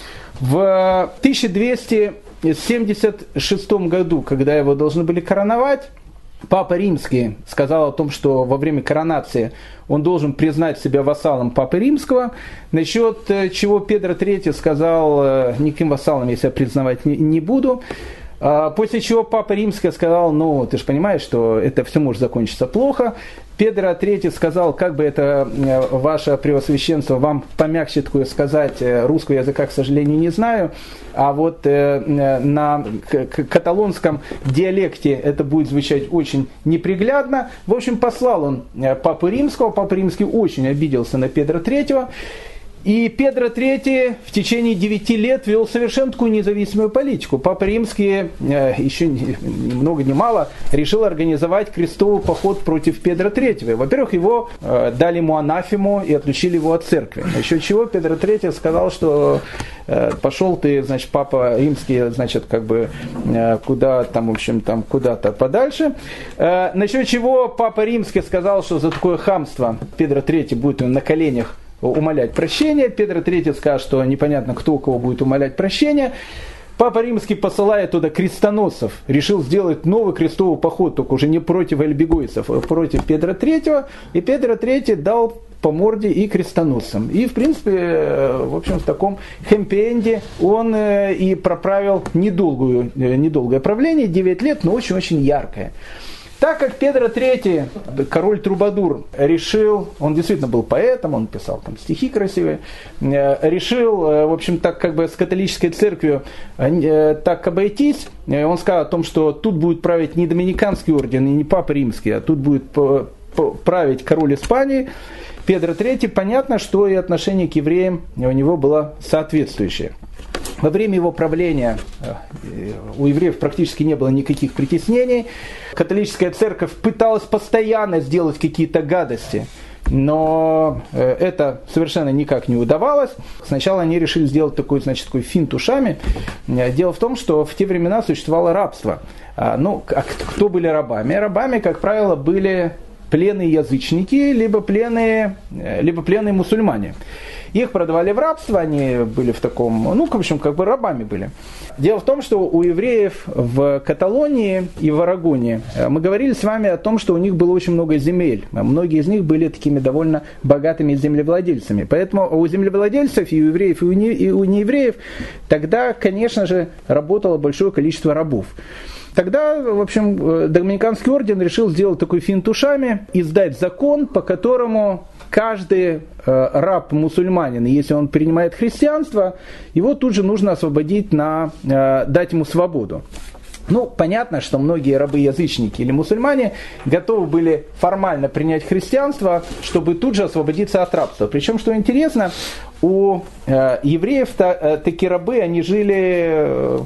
В тысяча двести семьдесят шестом году, когда его должны были короновать, Папа Римский сказал о том, что во время коронации он должен признать себя вассалом Папы Римского, насчет чего Педро третий сказал, никаким вассалом я себя признавать не, не буду. После чего Папа Римский сказал, ну, ты же понимаешь, что это все может закончиться плохо. Педро третий сказал, как бы это ваше превосвященство вам помягче такое сказать, русского языка, к сожалению, не знаю, а вот на каталонском диалекте это будет звучать очень неприглядно. В общем, послал он Папу Римского, Папа Римский очень обиделся на Педро третьего. И Педро третий в течение девяти лет вел совершенно такую независимую политику. Папа Римский, еще ни много ни мало, решил организовать крестовый поход против Педро третьего. Во-первых, его дали ему анафему и отлучили его от церкви. Насчет чего Педро третий сказал, что пошел ты, значит, Папа Римский, значит, как бы куда там, в общем, там куда-то подальше. Насчет чего Папа Римский сказал, что за такое хамство Педро третий будет на коленях умолять прощения. Педро третий скажет, что непонятно, кто у кого будет умолять прощения. Папа Римский посылает туда крестоносцев, решил сделать новый крестовый поход, только уже не против альбегойцев, а против Педро третьего. И Педро третий дал по морде и крестоносцам. И, в принципе, в общем, в таком хэмпи-энде он и проправил недолгую, недолгое правление, девять лет, но очень-очень яркое. Так как Педро третий, король Трубадур, решил, он действительно был поэтом, он писал там стихи красивые, решил, в общем, так как бы с католической церковью так обойтись, он сказал о том, что тут будет править не доминиканский орден и не Папа Римский, а тут будет править король Испании. Педро третий, понятно, что и отношение к евреям у него было соответствующее. Во время его правления у евреев практически не было никаких притеснений. Католическая церковь пыталась постоянно сделать какие-то гадости, но это совершенно никак не удавалось. Сначала они решили сделать такой, значит, такой финт ушами. Дело в том, что в те времена существовало рабство. Ну, а кто были рабами? Рабами, как правило, были пленные язычники, либо пленные, либо пленные мусульмане. Их продавали в рабство, они были в таком, ну, в общем, как бы рабами были. Дело в том, что у евреев в Каталонии и в Арагоне, мы говорили с вами о том, что у них было очень много земель. Многие из них были такими довольно богатыми землевладельцами. Поэтому у землевладельцев, и у евреев, и у, не, и у неевреев, тогда, конечно же, работало большое количество рабов. Тогда, в общем, Доминиканский орден решил сделать такой финт ушами, издать закон, по которому каждый раб-мусульманин, если он принимает христианство, его тут же нужно освободить, на, дать ему свободу. Ну, понятно, что многие рабы-язычники или мусульмане готовы были формально принять христианство, чтобы тут же освободиться от рабства. Причем, что интересно, у евреев такие рабы, они жили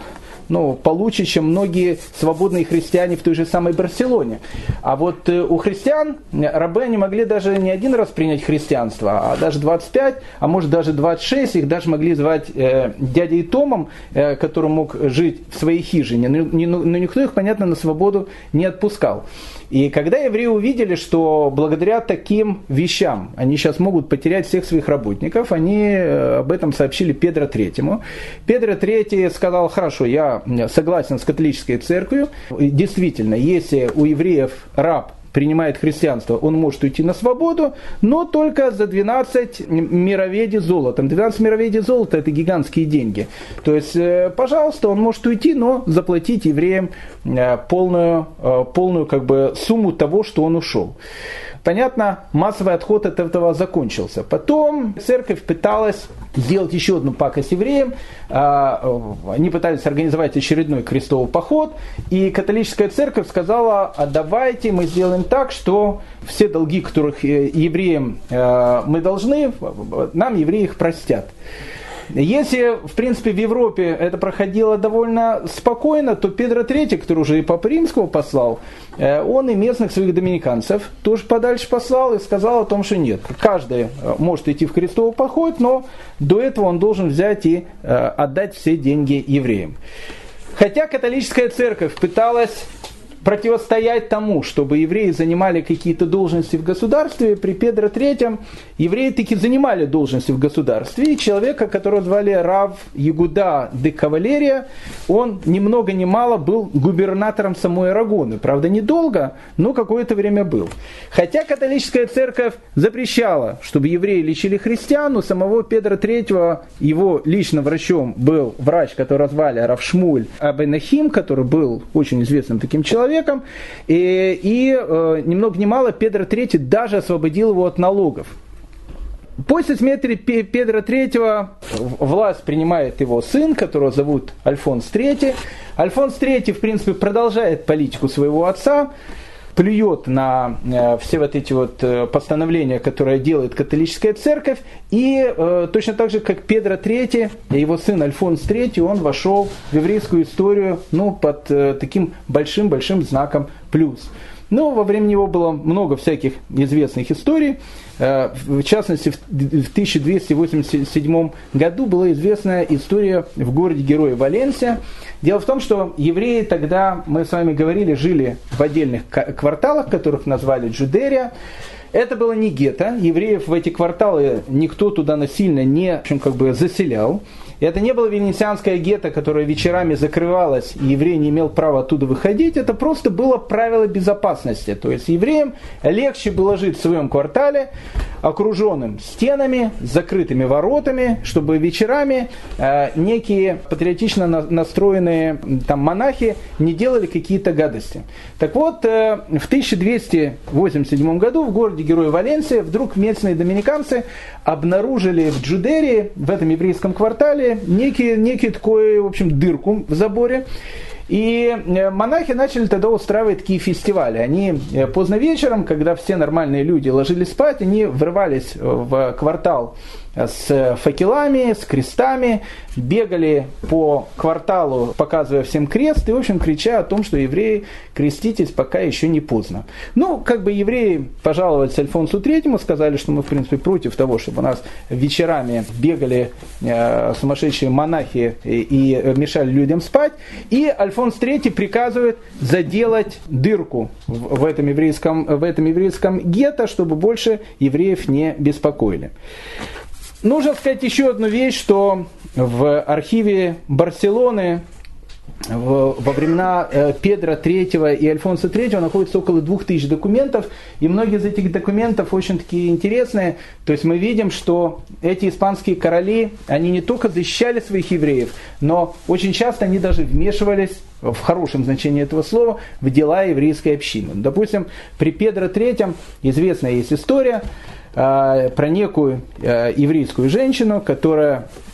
ну, получше, чем многие свободные христиане в той же самой Барселоне. А вот у христиан рабы не могли даже не один раз принять христианство, а даже двадцать пять, а может даже двадцать шесть. Их даже могли звать э, дядей Томом, э, который мог жить в своей хижине. Но, но никто их, понятно, на свободу не отпускал. И когда евреи увидели, что благодаря таким вещам они сейчас могут потерять всех своих работников, они об этом сообщили Педро Третьему. Педро Третий сказал: хорошо, я согласен с католической церковью. Действительно, если у евреев раб принимает христианство, он может уйти на свободу, но только за двенадцать мироведий золотом. двенадцать мироведий золота – это гигантские деньги. То есть, пожалуйста, он может уйти, но заплатить евреям полную, полную как бы, сумму того, что он ушел. Понятно, массовый отход от этого закончился. Потом церковь пыталась сделать еще одну пакость евреям. Они пытались организовать очередной крестовый поход. И католическая церковь сказала: а давайте мы сделаем так, что все долги, которых евреям мы должны, нам евреи их простят. Если, в принципе, в Европе это проходило довольно спокойно, то Педро Третий, который уже и Папу Римского послал, он и местных своих доминиканцев тоже подальше послал и сказал о том, что нет, каждый может идти в крестовый поход, но до этого он должен взять и отдать все деньги евреям. Хотя католическая церковь пыталась противостоять тому, чтобы евреи занимали какие-то должности в государстве, при Педро Третьем евреи таки занимали должности в государстве. И человека, которого звали Рав Ягуда де Кавалерия, он ни много ни мало был губернатором самой Арагоны. Правда, недолго, но какое-то время был. Хотя католическая церковь запрещала, чтобы евреи лечили христиан, у самого Педро Третьего, его личным врачом был врач, которого звали Рав Шмуль Абен Нахим, который был очень известным таким человеком. И, и э, ни много ни мало Педро Третий даже освободил его от налогов. После смерти Педро Третьего власть принимает его сын, которого зовут Альфонс Третий. Альфонс Третий, в принципе, продолжает политику своего отца, плюет на э, все вот эти вот э, постановления, которые делает католическая церковь, и э, точно так же, как Педро Третий, его сын Альфонс Третий, он вошел в еврейскую историю, ну, под э, таким большим-большим знаком плюс. Но во время него было много всяких известных историй. В частности, в тысяча двести восемьдесят седьмом году была известная история в городе-герое Валенсия. Дело в том, что евреи тогда, мы с вами говорили, жили в отдельных кварталах, которых назвали Джудерия. Это было не гетто. Евреев в эти кварталы никто туда насильно не, в общем, как бы заселял. Это не было венецианское гетто, которое вечерами закрывалось, и еврей не имел права оттуда выходить. Это просто было правило безопасности. То есть евреям легче было жить в своем квартале, окруженным стенами, с закрытыми воротами, чтобы вечерами э, некие патриотично настроенные там, монахи не делали какие-то гадости. Так вот, э, в тысяча двести восемьдесят седьмом году в городе-герое Валенсия вдруг местные доминиканцы обнаружили в Джудерии, в этом еврейском квартале, некий, некий такой, в общем, дырку в заборе. И монахи начали тогда устраивать такие фестивали. Они поздно вечером, когда все нормальные люди ложились спать, они врывались в квартал с факелами, с крестами, бегали по кварталу, показывая всем крест, и, в общем, крича о том, что евреи, креститесь, пока еще не поздно. Ну, как бы евреи пожаловались Альфонсу Третьему, сказали, что мы, в принципе, против того, чтобы у нас вечерами бегали э, сумасшедшие монахи и, и мешали людям спать. И Альфонс Третий приказывает заделать дырку в, в, этом еврейском, в этом еврейском гетто, чтобы больше евреев не беспокоили. Нужно сказать еще одну вещь, что в архиве Барселоны в, во времена э, Педро Третьего и Альфонса Третьего находится около двух тысяч документов, и многие из этих документов очень такие интересные. То есть мы видим, что эти испанские короли, они не только защищали своих евреев, но очень часто они даже вмешивались, в хорошем значении этого слова, в дела еврейской общины. Допустим, при Педро Третьем известная есть история про некую еврейскую женщину, которая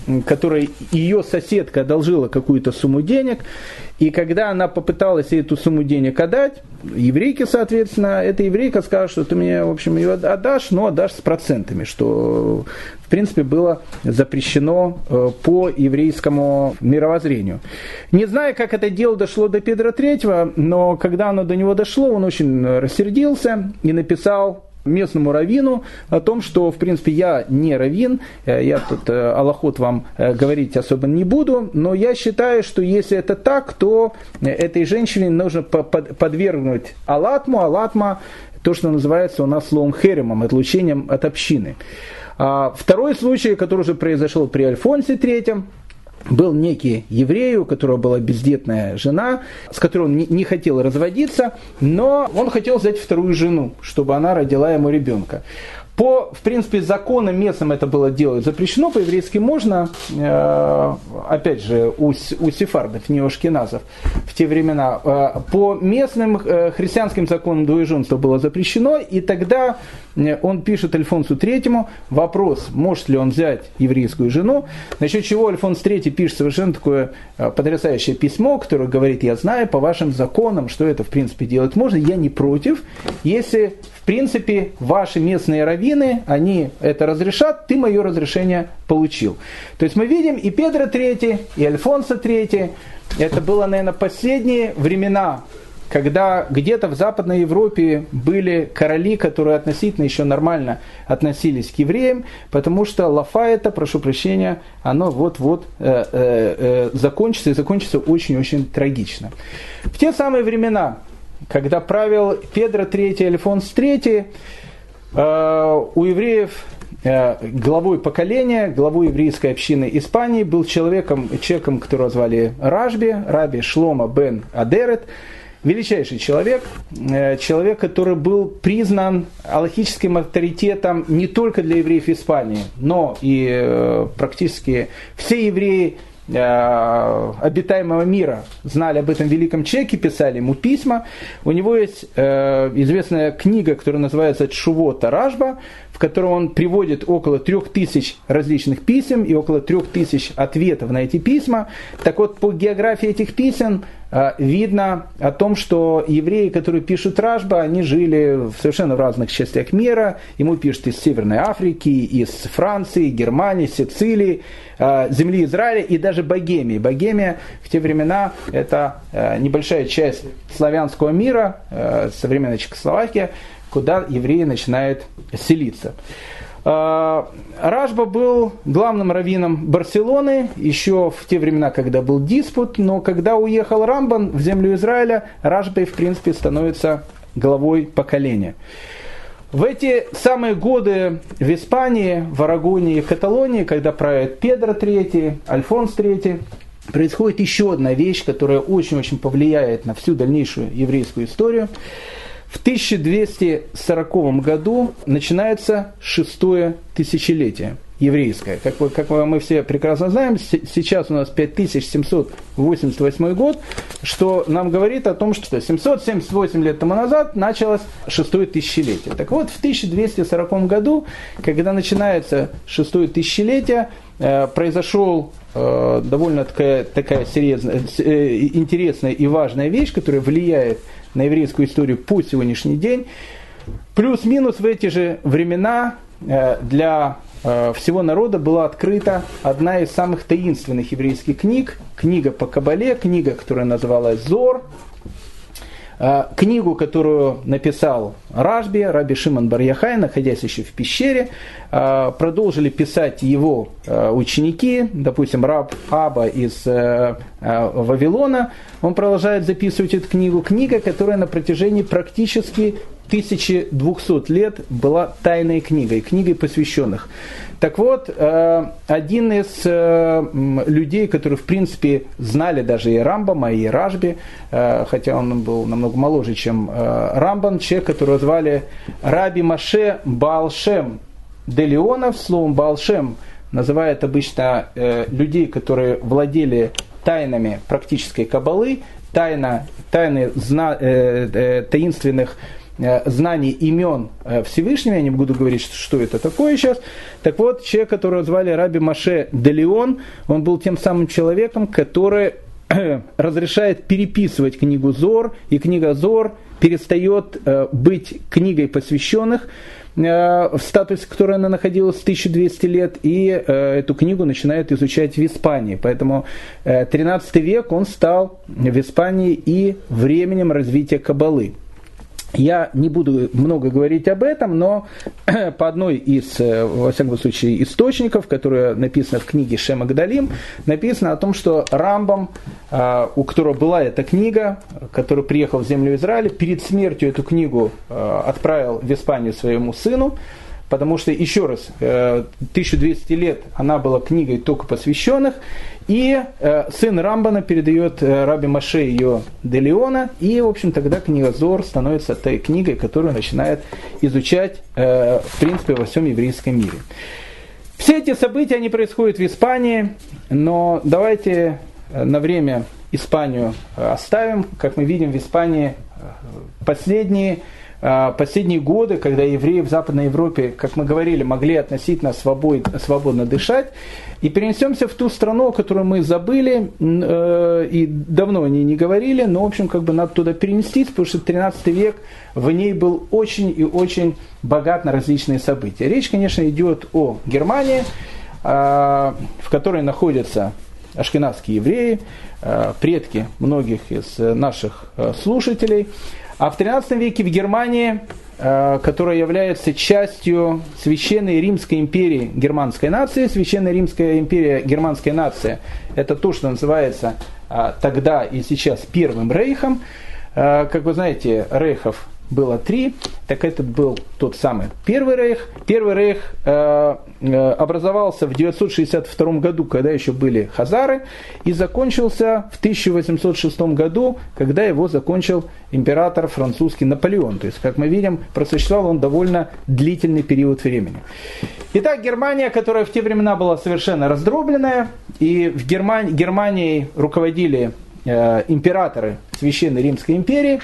которой ее соседка одолжила какую-то сумму денег, и когда она попыталась ей эту сумму денег отдать, еврейке, соответственно, эта еврейка сказала, что ты мне, в общем, ее отдашь, но отдашь с процентами, что, в принципе, было запрещено по еврейскому мировоззрению. Не знаю, как это дело дошло до Петра Третьего, но когда оно до него дошло, он очень рассердился и написал местному раввину о том, что, в принципе, я не раввин, я тут алахот вам говорить особо не буду, но я считаю, что если это так, то этой женщине нужно подвергнуть алатму, алатма, то, что называется у нас словом херемом, отлучением от общины. Второй случай, который уже произошел при Альфонсе Третьем, был некий еврей, у которого была бездетная жена, с которой он не хотел разводиться, но он хотел взять вторую жену, чтобы она родила ему ребенка. По, в принципе, законам местным это было делать запрещено, по-еврейски можно, э, опять же, у, у сефардов, не у ашкеназов в те времена. Э, по местным э, христианским законам двоеженство было запрещено, и тогда э, он пишет Альфонсу Третьему вопрос, может ли он взять еврейскую жену, насчет чего Альфонс Третий пишет совершенно такое э, потрясающее письмо, которое говорит: я знаю по вашим законам, что это в принципе делать можно, я не против, если в принципе ваши местные раввины, они это разрешат, ты мое разрешение получил. То есть мы видим и Петра Третий, и Альфонса Третий, это было, наверное, последние времена, когда где-то в Западной Европе были короли, которые относительно еще нормально относились к евреям, потому что лафа это, прошу прощения, оно вот-вот э, э, закончится, и закончится очень-очень трагично. В те самые времена, когда правил Петр Третий, Альфонс Третий, э, у евреев э, главой поколения, главой еврейской общины Испании был человеком, человеком, которого звали Рашби, Раби Шломо бен Адерет, величайший человек, э, человек, который был признан алахическим авторитетом не только для евреев Испании, но и э, практически все евреи обитаемого мира знали об этом великом человеке, писали ему письма. У него есть э, известная книга, которая называется «Тшувот Рашба», в которой он приводит около трех тысяч различных писем и около трех тысяч ответов на эти письма. Так вот, по географии этих писем э, видно о том, что евреи, которые пишут Рашба, они жили совершенно в разных частях мира. Ему пишут из Северной Африки, из Франции, Германии, Сицилии, э, земли Израиля и даже Богемии. Богемия в те времена это э, небольшая часть славянского мира, э, современная Чехословакия, куда евреи начинают селиться. Рашба был главным раввином Барселоны еще в те времена, когда был диспут, но когда уехал Рамбан в землю Израиля, Рашба, в принципе, становится главой поколения. В эти самые годы в Испании, в Арагоне и в Каталонии, когда правят Педро Третий, Альфонс Третий, происходит еще одна вещь, которая очень-очень повлияет на всю дальнейшую еврейскую историю. В тысяча двести сороковом году начинается шестое тысячелетие еврейское. Как, вы, как мы все прекрасно знаем, сейчас у нас пять тысяч семьсот восемьдесят восьмой год, что нам говорит о том, что семьсот семьдесят восемь лет тому назад началось шестое тысячелетие. Так вот, в тысяча двести сороковом году, когда начинается шестое тысячелетие, произошел довольно такая, такая серьезная, интересная и важная вещь, которая влияет на еврейскую историю по сегодняшний день. Плюс-минус в эти же времена для всего народа была открыта одна из самых таинственных еврейских книг, книга по Кабале, книга, которая называлась «Зор», книгу, которую написал Рашби, Раби Шимон бар Йохай, находясь еще в пещере. Продолжили писать его ученики, допустим, Раб Аба из Вавилона. Он продолжает записывать эту книгу. Книга, которая на протяжении практически тысячи двухсот лет была тайной книгой, книгой посвященных. Так вот, один из людей, которые, в принципе, знали даже и Рамбама, и Рашби, хотя он был намного моложе, чем Рамбан, человек, которого звали Раби Моше Баал Шем де Леонов, словом Баал Шем называют обычно людей, которые владели тайнами практической каббалы, тайна, тайны зна, таинственных знание имен Всевышнего, я не буду говорить, что это такое сейчас. Так вот, человек, которого звали Раби Моше де Леон, он был тем самым человеком, который разрешает переписывать книгу Зор, и книга Зор перестает быть книгой посвященных, в статусе, в которой она находилась тысячу двести лет, и э, эту книгу начинают изучать в Испании. Поэтому э, тринадцатый век он стал в Испании и временем развития Каббалы. Я не буду много говорить об этом, но по одной из, во всяком случае, источников, которая написана в книге Шема Гдалим, написано о том, что Рамбам, у которого была эта книга, который приехал в землю Израиля, перед смертью эту книгу отправил в Испанию своему сыну, потому что, еще раз, тысячу двести лет она была книгой только посвященных, и э, сын Рамбана передает э, Раби Моше ее де Леона, и, в общем, тогда книга Зор становится той книгой, которую начинает изучать, э, в принципе, во всем еврейском мире. Все эти события, они происходят в Испании, но давайте на время Испанию оставим. Как мы видим, в Испании последние Последние годы, когда евреи в Западной Европе, как мы говорили, могли относительно свободно, свободно дышать, и перенесемся в ту страну, которую мы забыли, э, и давно о ней не говорили, но, в общем, как бы надо туда перенестись, потому что тринадцатый век в ней был очень и очень богат на различные события. Речь, конечно, идет о Германии, э, в которой находятся ашкеназские евреи, э, предки многих из наших э, слушателей. А в тринадцатом веке в Германии, которая является частью Священной Римской империи германской нации, Священная Римская империя германской нации, это то, что называется тогда и сейчас Первым Рейхом. Как вы знаете, рейхов было три, так этот был тот самый Первый Рейх. Первый Рейх э, э, образовался в девятьсот шестьдесят втором году, когда еще были хазары, и закончился в тысяча восемьсот шестом году, когда его закончил император французский Наполеон. То есть, как мы видим, просуществовал он довольно длительный период времени. Итак, Германия, которая в те времена была совершенно раздробленная, и в Германии, Германией руководили э, императоры Священной Римской империи.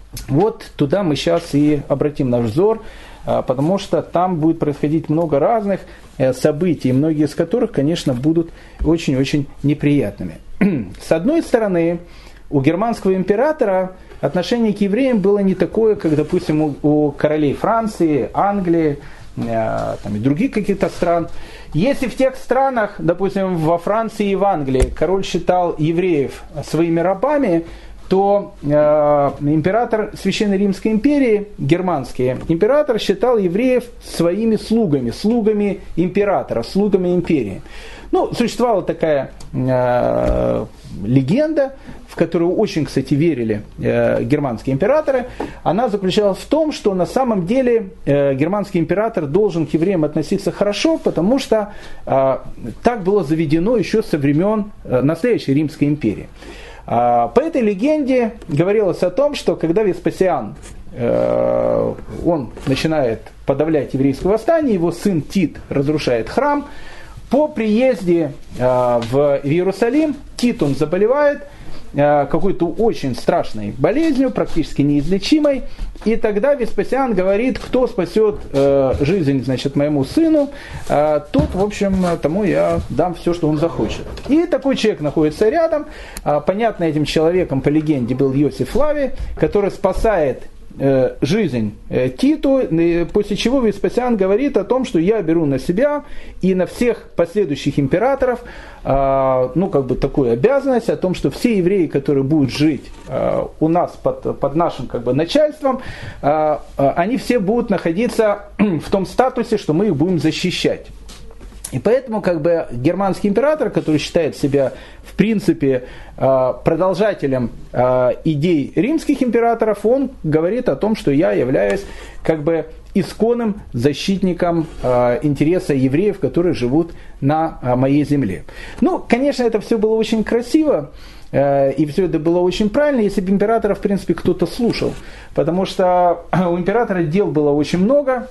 Вот туда мы сейчас и обратим наш взор, потому что там будет происходить много разных событий, многие из которых, конечно, будут очень-очень неприятными. С одной стороны, у германского императора отношение к евреям было не такое, как, допустим, у, у королей Франции, Англии, там, и других каких-то стран. Если в тех странах, допустим, во Франции и в Англии король считал евреев своими рабами, то э, император Священной Римской империи, германский император, считал евреев своими слугами, слугами императора, слугами империи. Ну, существовала такая э, легенда, в которую очень, кстати, верили э, германские императоры. Она заключалась в том, что на самом деле э, германский император должен к евреям относиться хорошо, потому что э, так было заведено еще со времен э, настоящей Римской империи. По этой легенде говорилось о том, что когда Веспасиан э, он начинает подавлять еврейское восстание, его сын Тит разрушает храм, по приезде э, в Иерусалим Тит он заболевает э, какой-то очень страшной болезнью, практически неизлечимой, и тогда Веспасиан говорит, кто спасет э, жизнь, значит, моему сыну, э, тот, в общем, тому я дам все, что он захочет. И такой человек находится рядом. Э, понятно, этим человеком по легенде был Иосиф Флавий, который спасает э, жизнь э, Титу, э, после чего Веспасиан говорит о том, что я беру на себя и на всех последующих императоров э, ну, как бы такую обязанность о том, что все евреи, которые будут жить э, у нас под, под нашим как бы начальством, э, э, они все будут находиться в том статусе, что мы их будем защищать. И поэтому как бы германский император, который считает себя в принципе продолжателем идей римских императоров, он говорит о том, что я являюсь как бы исконным защитником интереса евреев, которые живут на моей земле. Ну, конечно, это все было очень красиво. И все это было очень правильно, если бы императора, в принципе, кто-то слушал. Потому что у императора дел было очень много.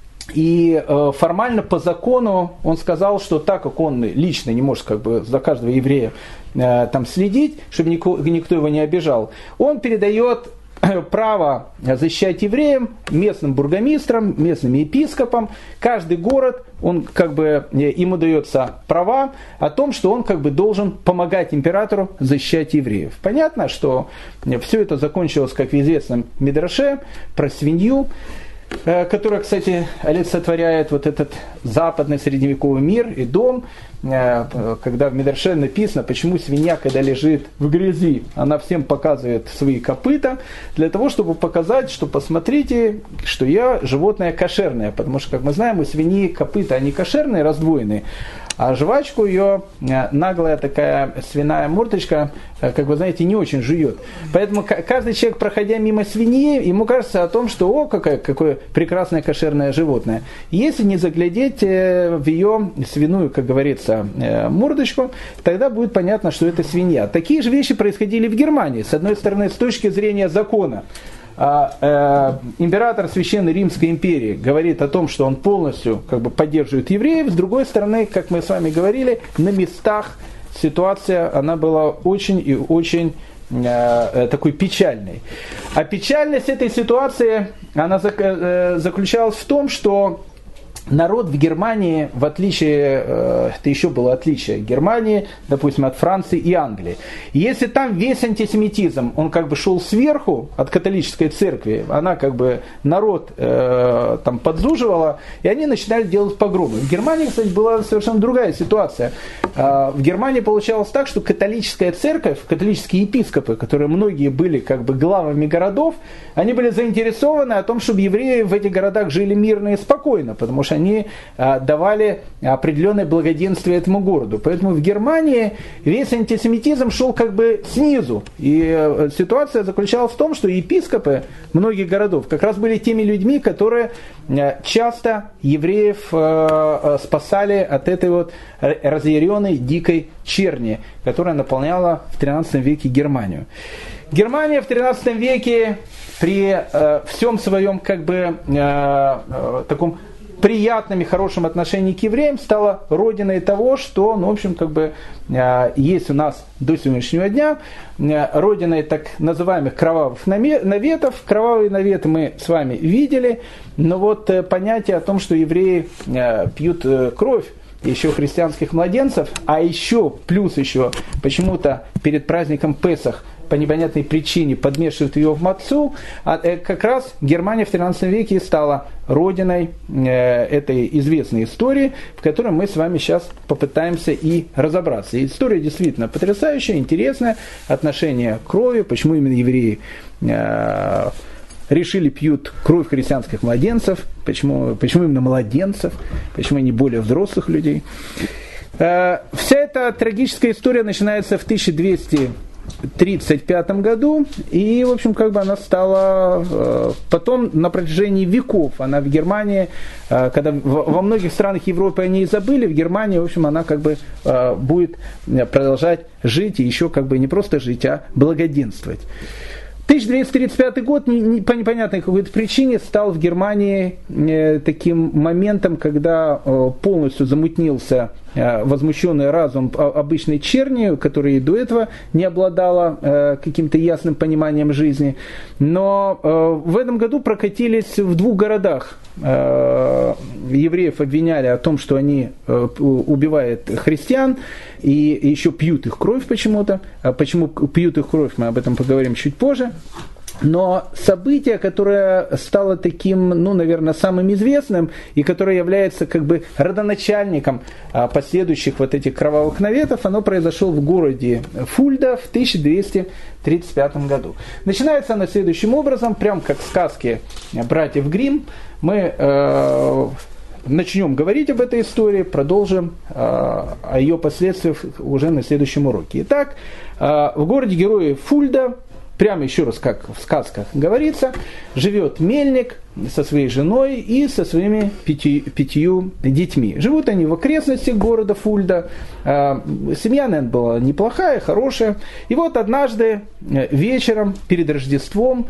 И э, формально по закону он сказал, что так как он лично не может как бы за каждого еврея э, там следить, чтобы нико, никто его не обижал, он передает право защищать евреев местным бургомистрам, местным епископам. Каждый город, он как бы, ему дается права о том, что он как бы должен помогать императору защищать евреев. Понятно, что все это закончилось, как в известном Мидраше, про свинью, которая, кстати, олицетворяет вот этот западный средневековый мир и дом, когда в Мидраше написано, почему свинья, когда лежит в грязи, она всем показывает свои копыта, для того, чтобы показать, что посмотрите, что я животное кошерное, потому что, как мы знаем, у свиньи копыта, они кошерные, раздвоенные, а жвачку ее наглая такая свиная мордочка, как вы знаете, не очень жует. Поэтому каждый человек, проходя мимо свиньи, ему кажется о том, что о, какое, какое прекрасное кошерное животное. Если не заглядеть в ее свиную, как говорится, мордочку, тогда будет понятно, что это свинья. Такие же вещи происходили в Германии. С одной стороны, с точки зрения закона. А, э, император Священной Римской империи говорит о том, что он полностью как бы поддерживает евреев. С другой стороны, как мы с вами говорили, на местах ситуация она была очень и очень э, такой печальной. А печальность этой ситуации она зак, э, заключалась в том, что народ в Германии, в отличие, это еще было отличие Германии, допустим, от Франции и Англии. Если там весь антисемитизм, он как бы шел сверху от католической церкви, она как бы народ э, там подзуживала, и они начинали делать погромы. В Германии, кстати, была совершенно другая ситуация. Э, в Германии получалось так, что католическая церковь, католические епископы, которые многие были как бы главами городов, они были заинтересованы о том, чтобы евреи в этих городах жили мирно и спокойно, потому что они а, давали определенное благоденствие этому городу. Поэтому в Германии весь антисемитизм шел как бы снизу. И а, ситуация заключалась в том, что епископы многих городов как раз были теми людьми, которые а, часто евреев а, а, спасали от этой вот разъяренной дикой черни, которая наполняла в тринадцатом веке Германию. Германия в тринадцатом веке при э, всем своем как бы э, э, таком приятном и хорошем отношении к евреям стала родиной того, что, ну, в общем, как бы э, есть у нас до сегодняшнего дня, э, родиной так называемых кровавых наветов. Кровавые наветы мы с вами видели, но вот э, понятие о том, что евреи э, пьют э, кровь еще христианских младенцев, а еще, плюс еще, почему-то перед праздником Песах по непонятной причине подмешивают ее в мацу, а как раз Германия в тринадцатом веке стала родиной этой известной истории, в которой мы с вами сейчас попытаемся и разобраться. И история действительно потрясающая, интересная, отношение к крови, почему именно евреи решили пьют кровь христианских младенцев, почему, почему именно младенцев, почему не более взрослых людей. Вся эта трагическая история начинается в тысяча двести тридцать пятом году, и, в общем, как бы она стала потом на протяжении веков, она в Германии, когда во многих странах Европы они и забыли, в Германии, в общем, она как бы будет продолжать жить, и еще как бы не просто жить, а благоденствовать. тысяча двести тридцать пятый год по непонятной какой-то причине стал в Германии таким моментом, когда полностью замутнился возмущенный разум обычной черни, которая и до этого не обладала каким-то ясным пониманием жизни. Но в этом году прокатились в двух городах. Евреев обвиняли о том, что они убивают христиан и еще пьют их кровь почему-то. Почему пьют их кровь, мы об этом поговорим чуть позже. Но событие, которое стало таким, ну, наверное, самым известным, и которое является как бы родоначальником последующих вот этих кровавых наветов, оно произошло в городе Фульда в тысяча двести тридцать пятом году. Начинается оно следующим образом, прям как в сказке братьев Гримм. Мы э, начнем говорить об этой истории, продолжим э, о ее последствиях уже на следующем уроке. Итак, э, в городе героя Фульда, прямо еще раз, как в сказках говорится, живет мельник со своей женой и со своими пяти, пятью детьми. Живут они в окрестностях города Фульда. Семья, наверное, была неплохая, хорошая. И вот однажды вечером перед Рождеством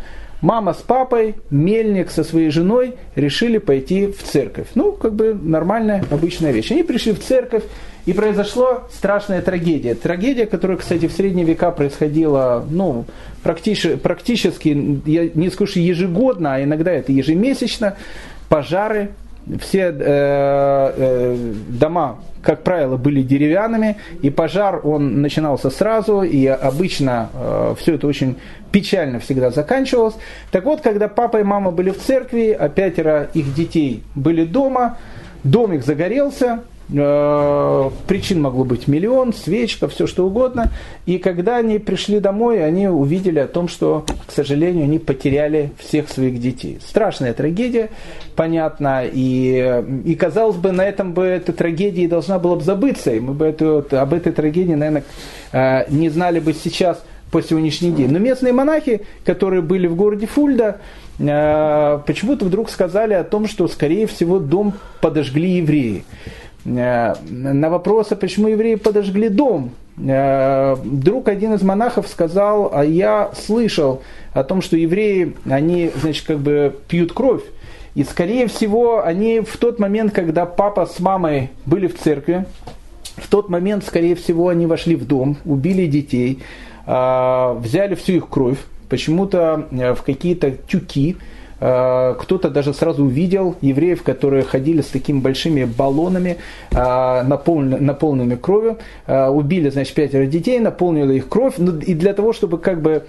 Мама с папой, мельник со своей женой решили пойти в церковь. Ну, как бы нормальная, обычная вещь. Они пришли в церковь, и произошла страшная трагедия. Трагедия, которая, кстати, в средние века происходила, ну, практически, практически, я не скажу, что ежегодно, а иногда это ежемесячно. Пожары, все э, э, дома, как правило, были деревянными, и пожар, он начинался сразу, и обычно э, все это очень печально всегда заканчивалось. Так вот, когда папа и мама были в церкви, а пятеро их детей были дома, дом их загорелся. Причин могло быть миллион, свечка, все что угодно. И когда они пришли домой, они увидели о том, что, к сожалению, они потеряли всех своих детей. Страшная трагедия, понятно. И, и казалось бы, на этом бы эта трагедия должна была бы забыться. И мы бы эту, об этой трагедии, наверное, не знали бы сейчас по сегодняшний день. Но местные монахи, которые были в городе Фульда, почему-то вдруг сказали о том, что, скорее всего, дом подожгли евреи. На вопрос, почему евреи подожгли дом, вдруг один из монахов сказал: а я слышал о том, что евреи, они, значит, как бы пьют кровь. И, скорее всего, они в тот момент, когда папа с мамой были в церкви, в тот момент, скорее всего, они вошли в дом, убили детей, взяли всю их кровь, почему-то в какие-то тюки. Кто-то даже сразу увидел евреев, которые ходили с такими большими баллонами, наполненными кровью, убили, значит, пятеро детей, наполнили их кровь, и для того, чтобы как бы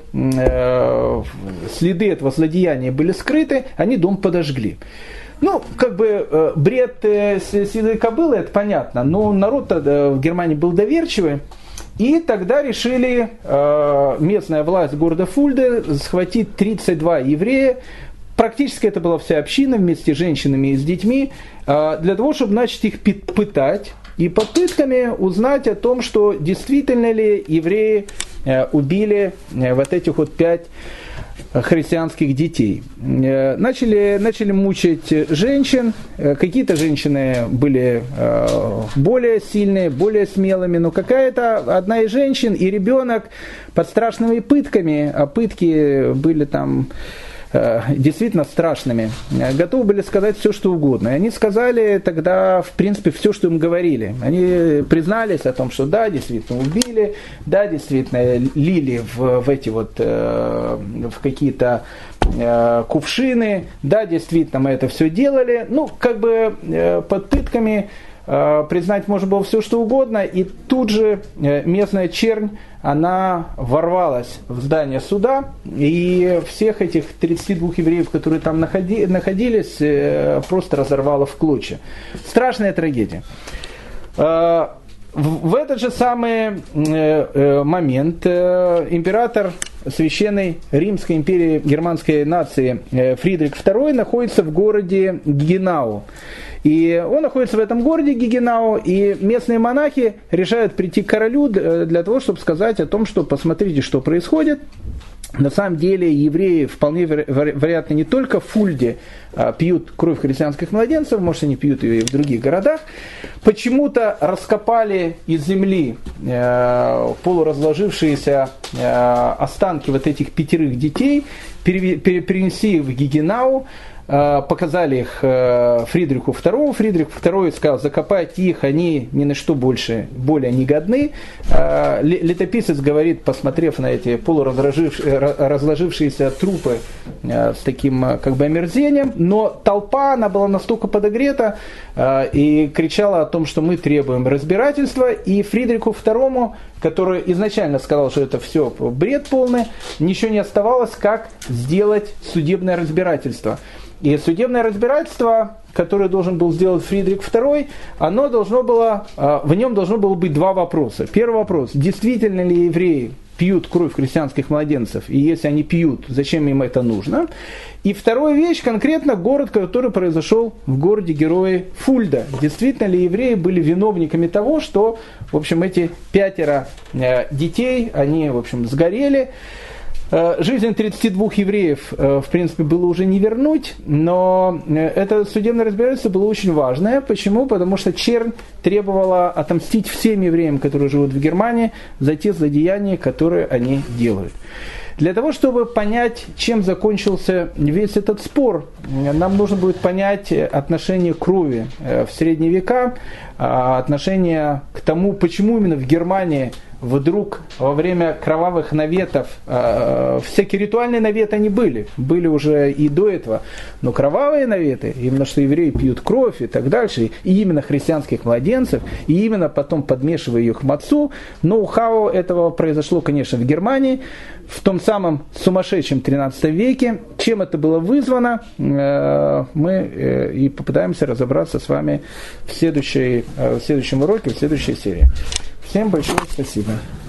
следы этого злодеяния были скрыты, они дом подожгли. Ну, как бы бред седой кобылы, это понятно, но народ тогда в Германии был доверчивый. И тогда решили местная власть города Фульды схватить тридцать два еврея. Практически это была вся община вместе с женщинами и с детьми, для того, чтобы начать их пытать и под пытками узнать о том, что действительно ли евреи убили вот этих вот пять христианских детей. Начали, начали мучить женщин. Какие-то женщины были более сильные, более смелыми, но какая-то одна из женщин и ребенок под страшными пытками, а пытки были там действительно страшными, готовы были сказать все, что угодно. И они сказали тогда, в принципе, все, что им говорили. Они признались о том, что да, действительно убили, да, действительно лили в, в эти вот, в какие-то кувшины, да, действительно мы это все делали. Ну, как бы под пытками признать можно было все, что угодно, и тут же местная чернь, она ворвалась в здание суда, и всех этих тридцати двух евреев, которые там находи, находились, просто разорвала в клочья. Страшная трагедия. В этот же самый момент император Священной Римской империи германской нации Фридрих второй находится в городе Гигенау. И он находится в этом городе Гигенау, и местные монахи решают прийти к королю для того, чтобы сказать о том, что посмотрите, что происходит. На самом деле евреи вполне вероятно не только в Фульде пьют кровь христианских младенцев, может они пьют ее и в других городах. Почему-то раскопали из земли полуразложившиеся останки вот этих пятерых детей, перенесли их в Гигенау, показали их Фридриху второму. Фридрих второй сказал, закопать их, они ни на что больше, более не годны. Летописец говорит, посмотрев на эти полуразложившиеся трупы с таким как бы омерзением, но толпа, она была настолько подогрета и кричала о том, что мы требуем разбирательства, и Фридриху второму, который изначально сказал, что это все бред полный, ничего не оставалось, как сделать судебное разбирательство. И судебное разбирательство, которое должен был сделать Фридрих второй, оно должно было, в нем должно было быть два вопроса. Первый вопрос, действительно ли евреи пьют кровь христианских младенцев, и если они пьют, зачем им это нужно? И вторая вещь, конкретно город, который произошел в городе Герои Фульда. Действительно ли евреи были виновниками того, что, в общем, эти пятеро детей, они, в общем, сгорели. Жизнь тридцати двух евреев, в принципе, было уже не вернуть, но это судебное разбирательство было очень важное. Почему? Потому что чернь требовала отомстить всем евреям, которые живут в Германии, за те злодеяния, которые они делают. Для того, чтобы понять, чем закончился весь этот спор, нам нужно будет понять отношение к крови в средние века, отношение к тому, почему именно в Германии вдруг во время кровавых наветов, э, всякие ритуальные наветы они были, были уже и до этого, но кровавые наветы, именно что евреи пьют кровь и так дальше, и именно христианских младенцев, и именно потом подмешивая их в мацу, ноу-хау этого произошло, конечно, в Германии, в том самом сумасшедшем тринадцатом веке. Чем это было вызвано, э, мы э, и попытаемся разобраться с вами в, следующей, э, в следующем уроке, в следующей серии. Всем большое спасибо.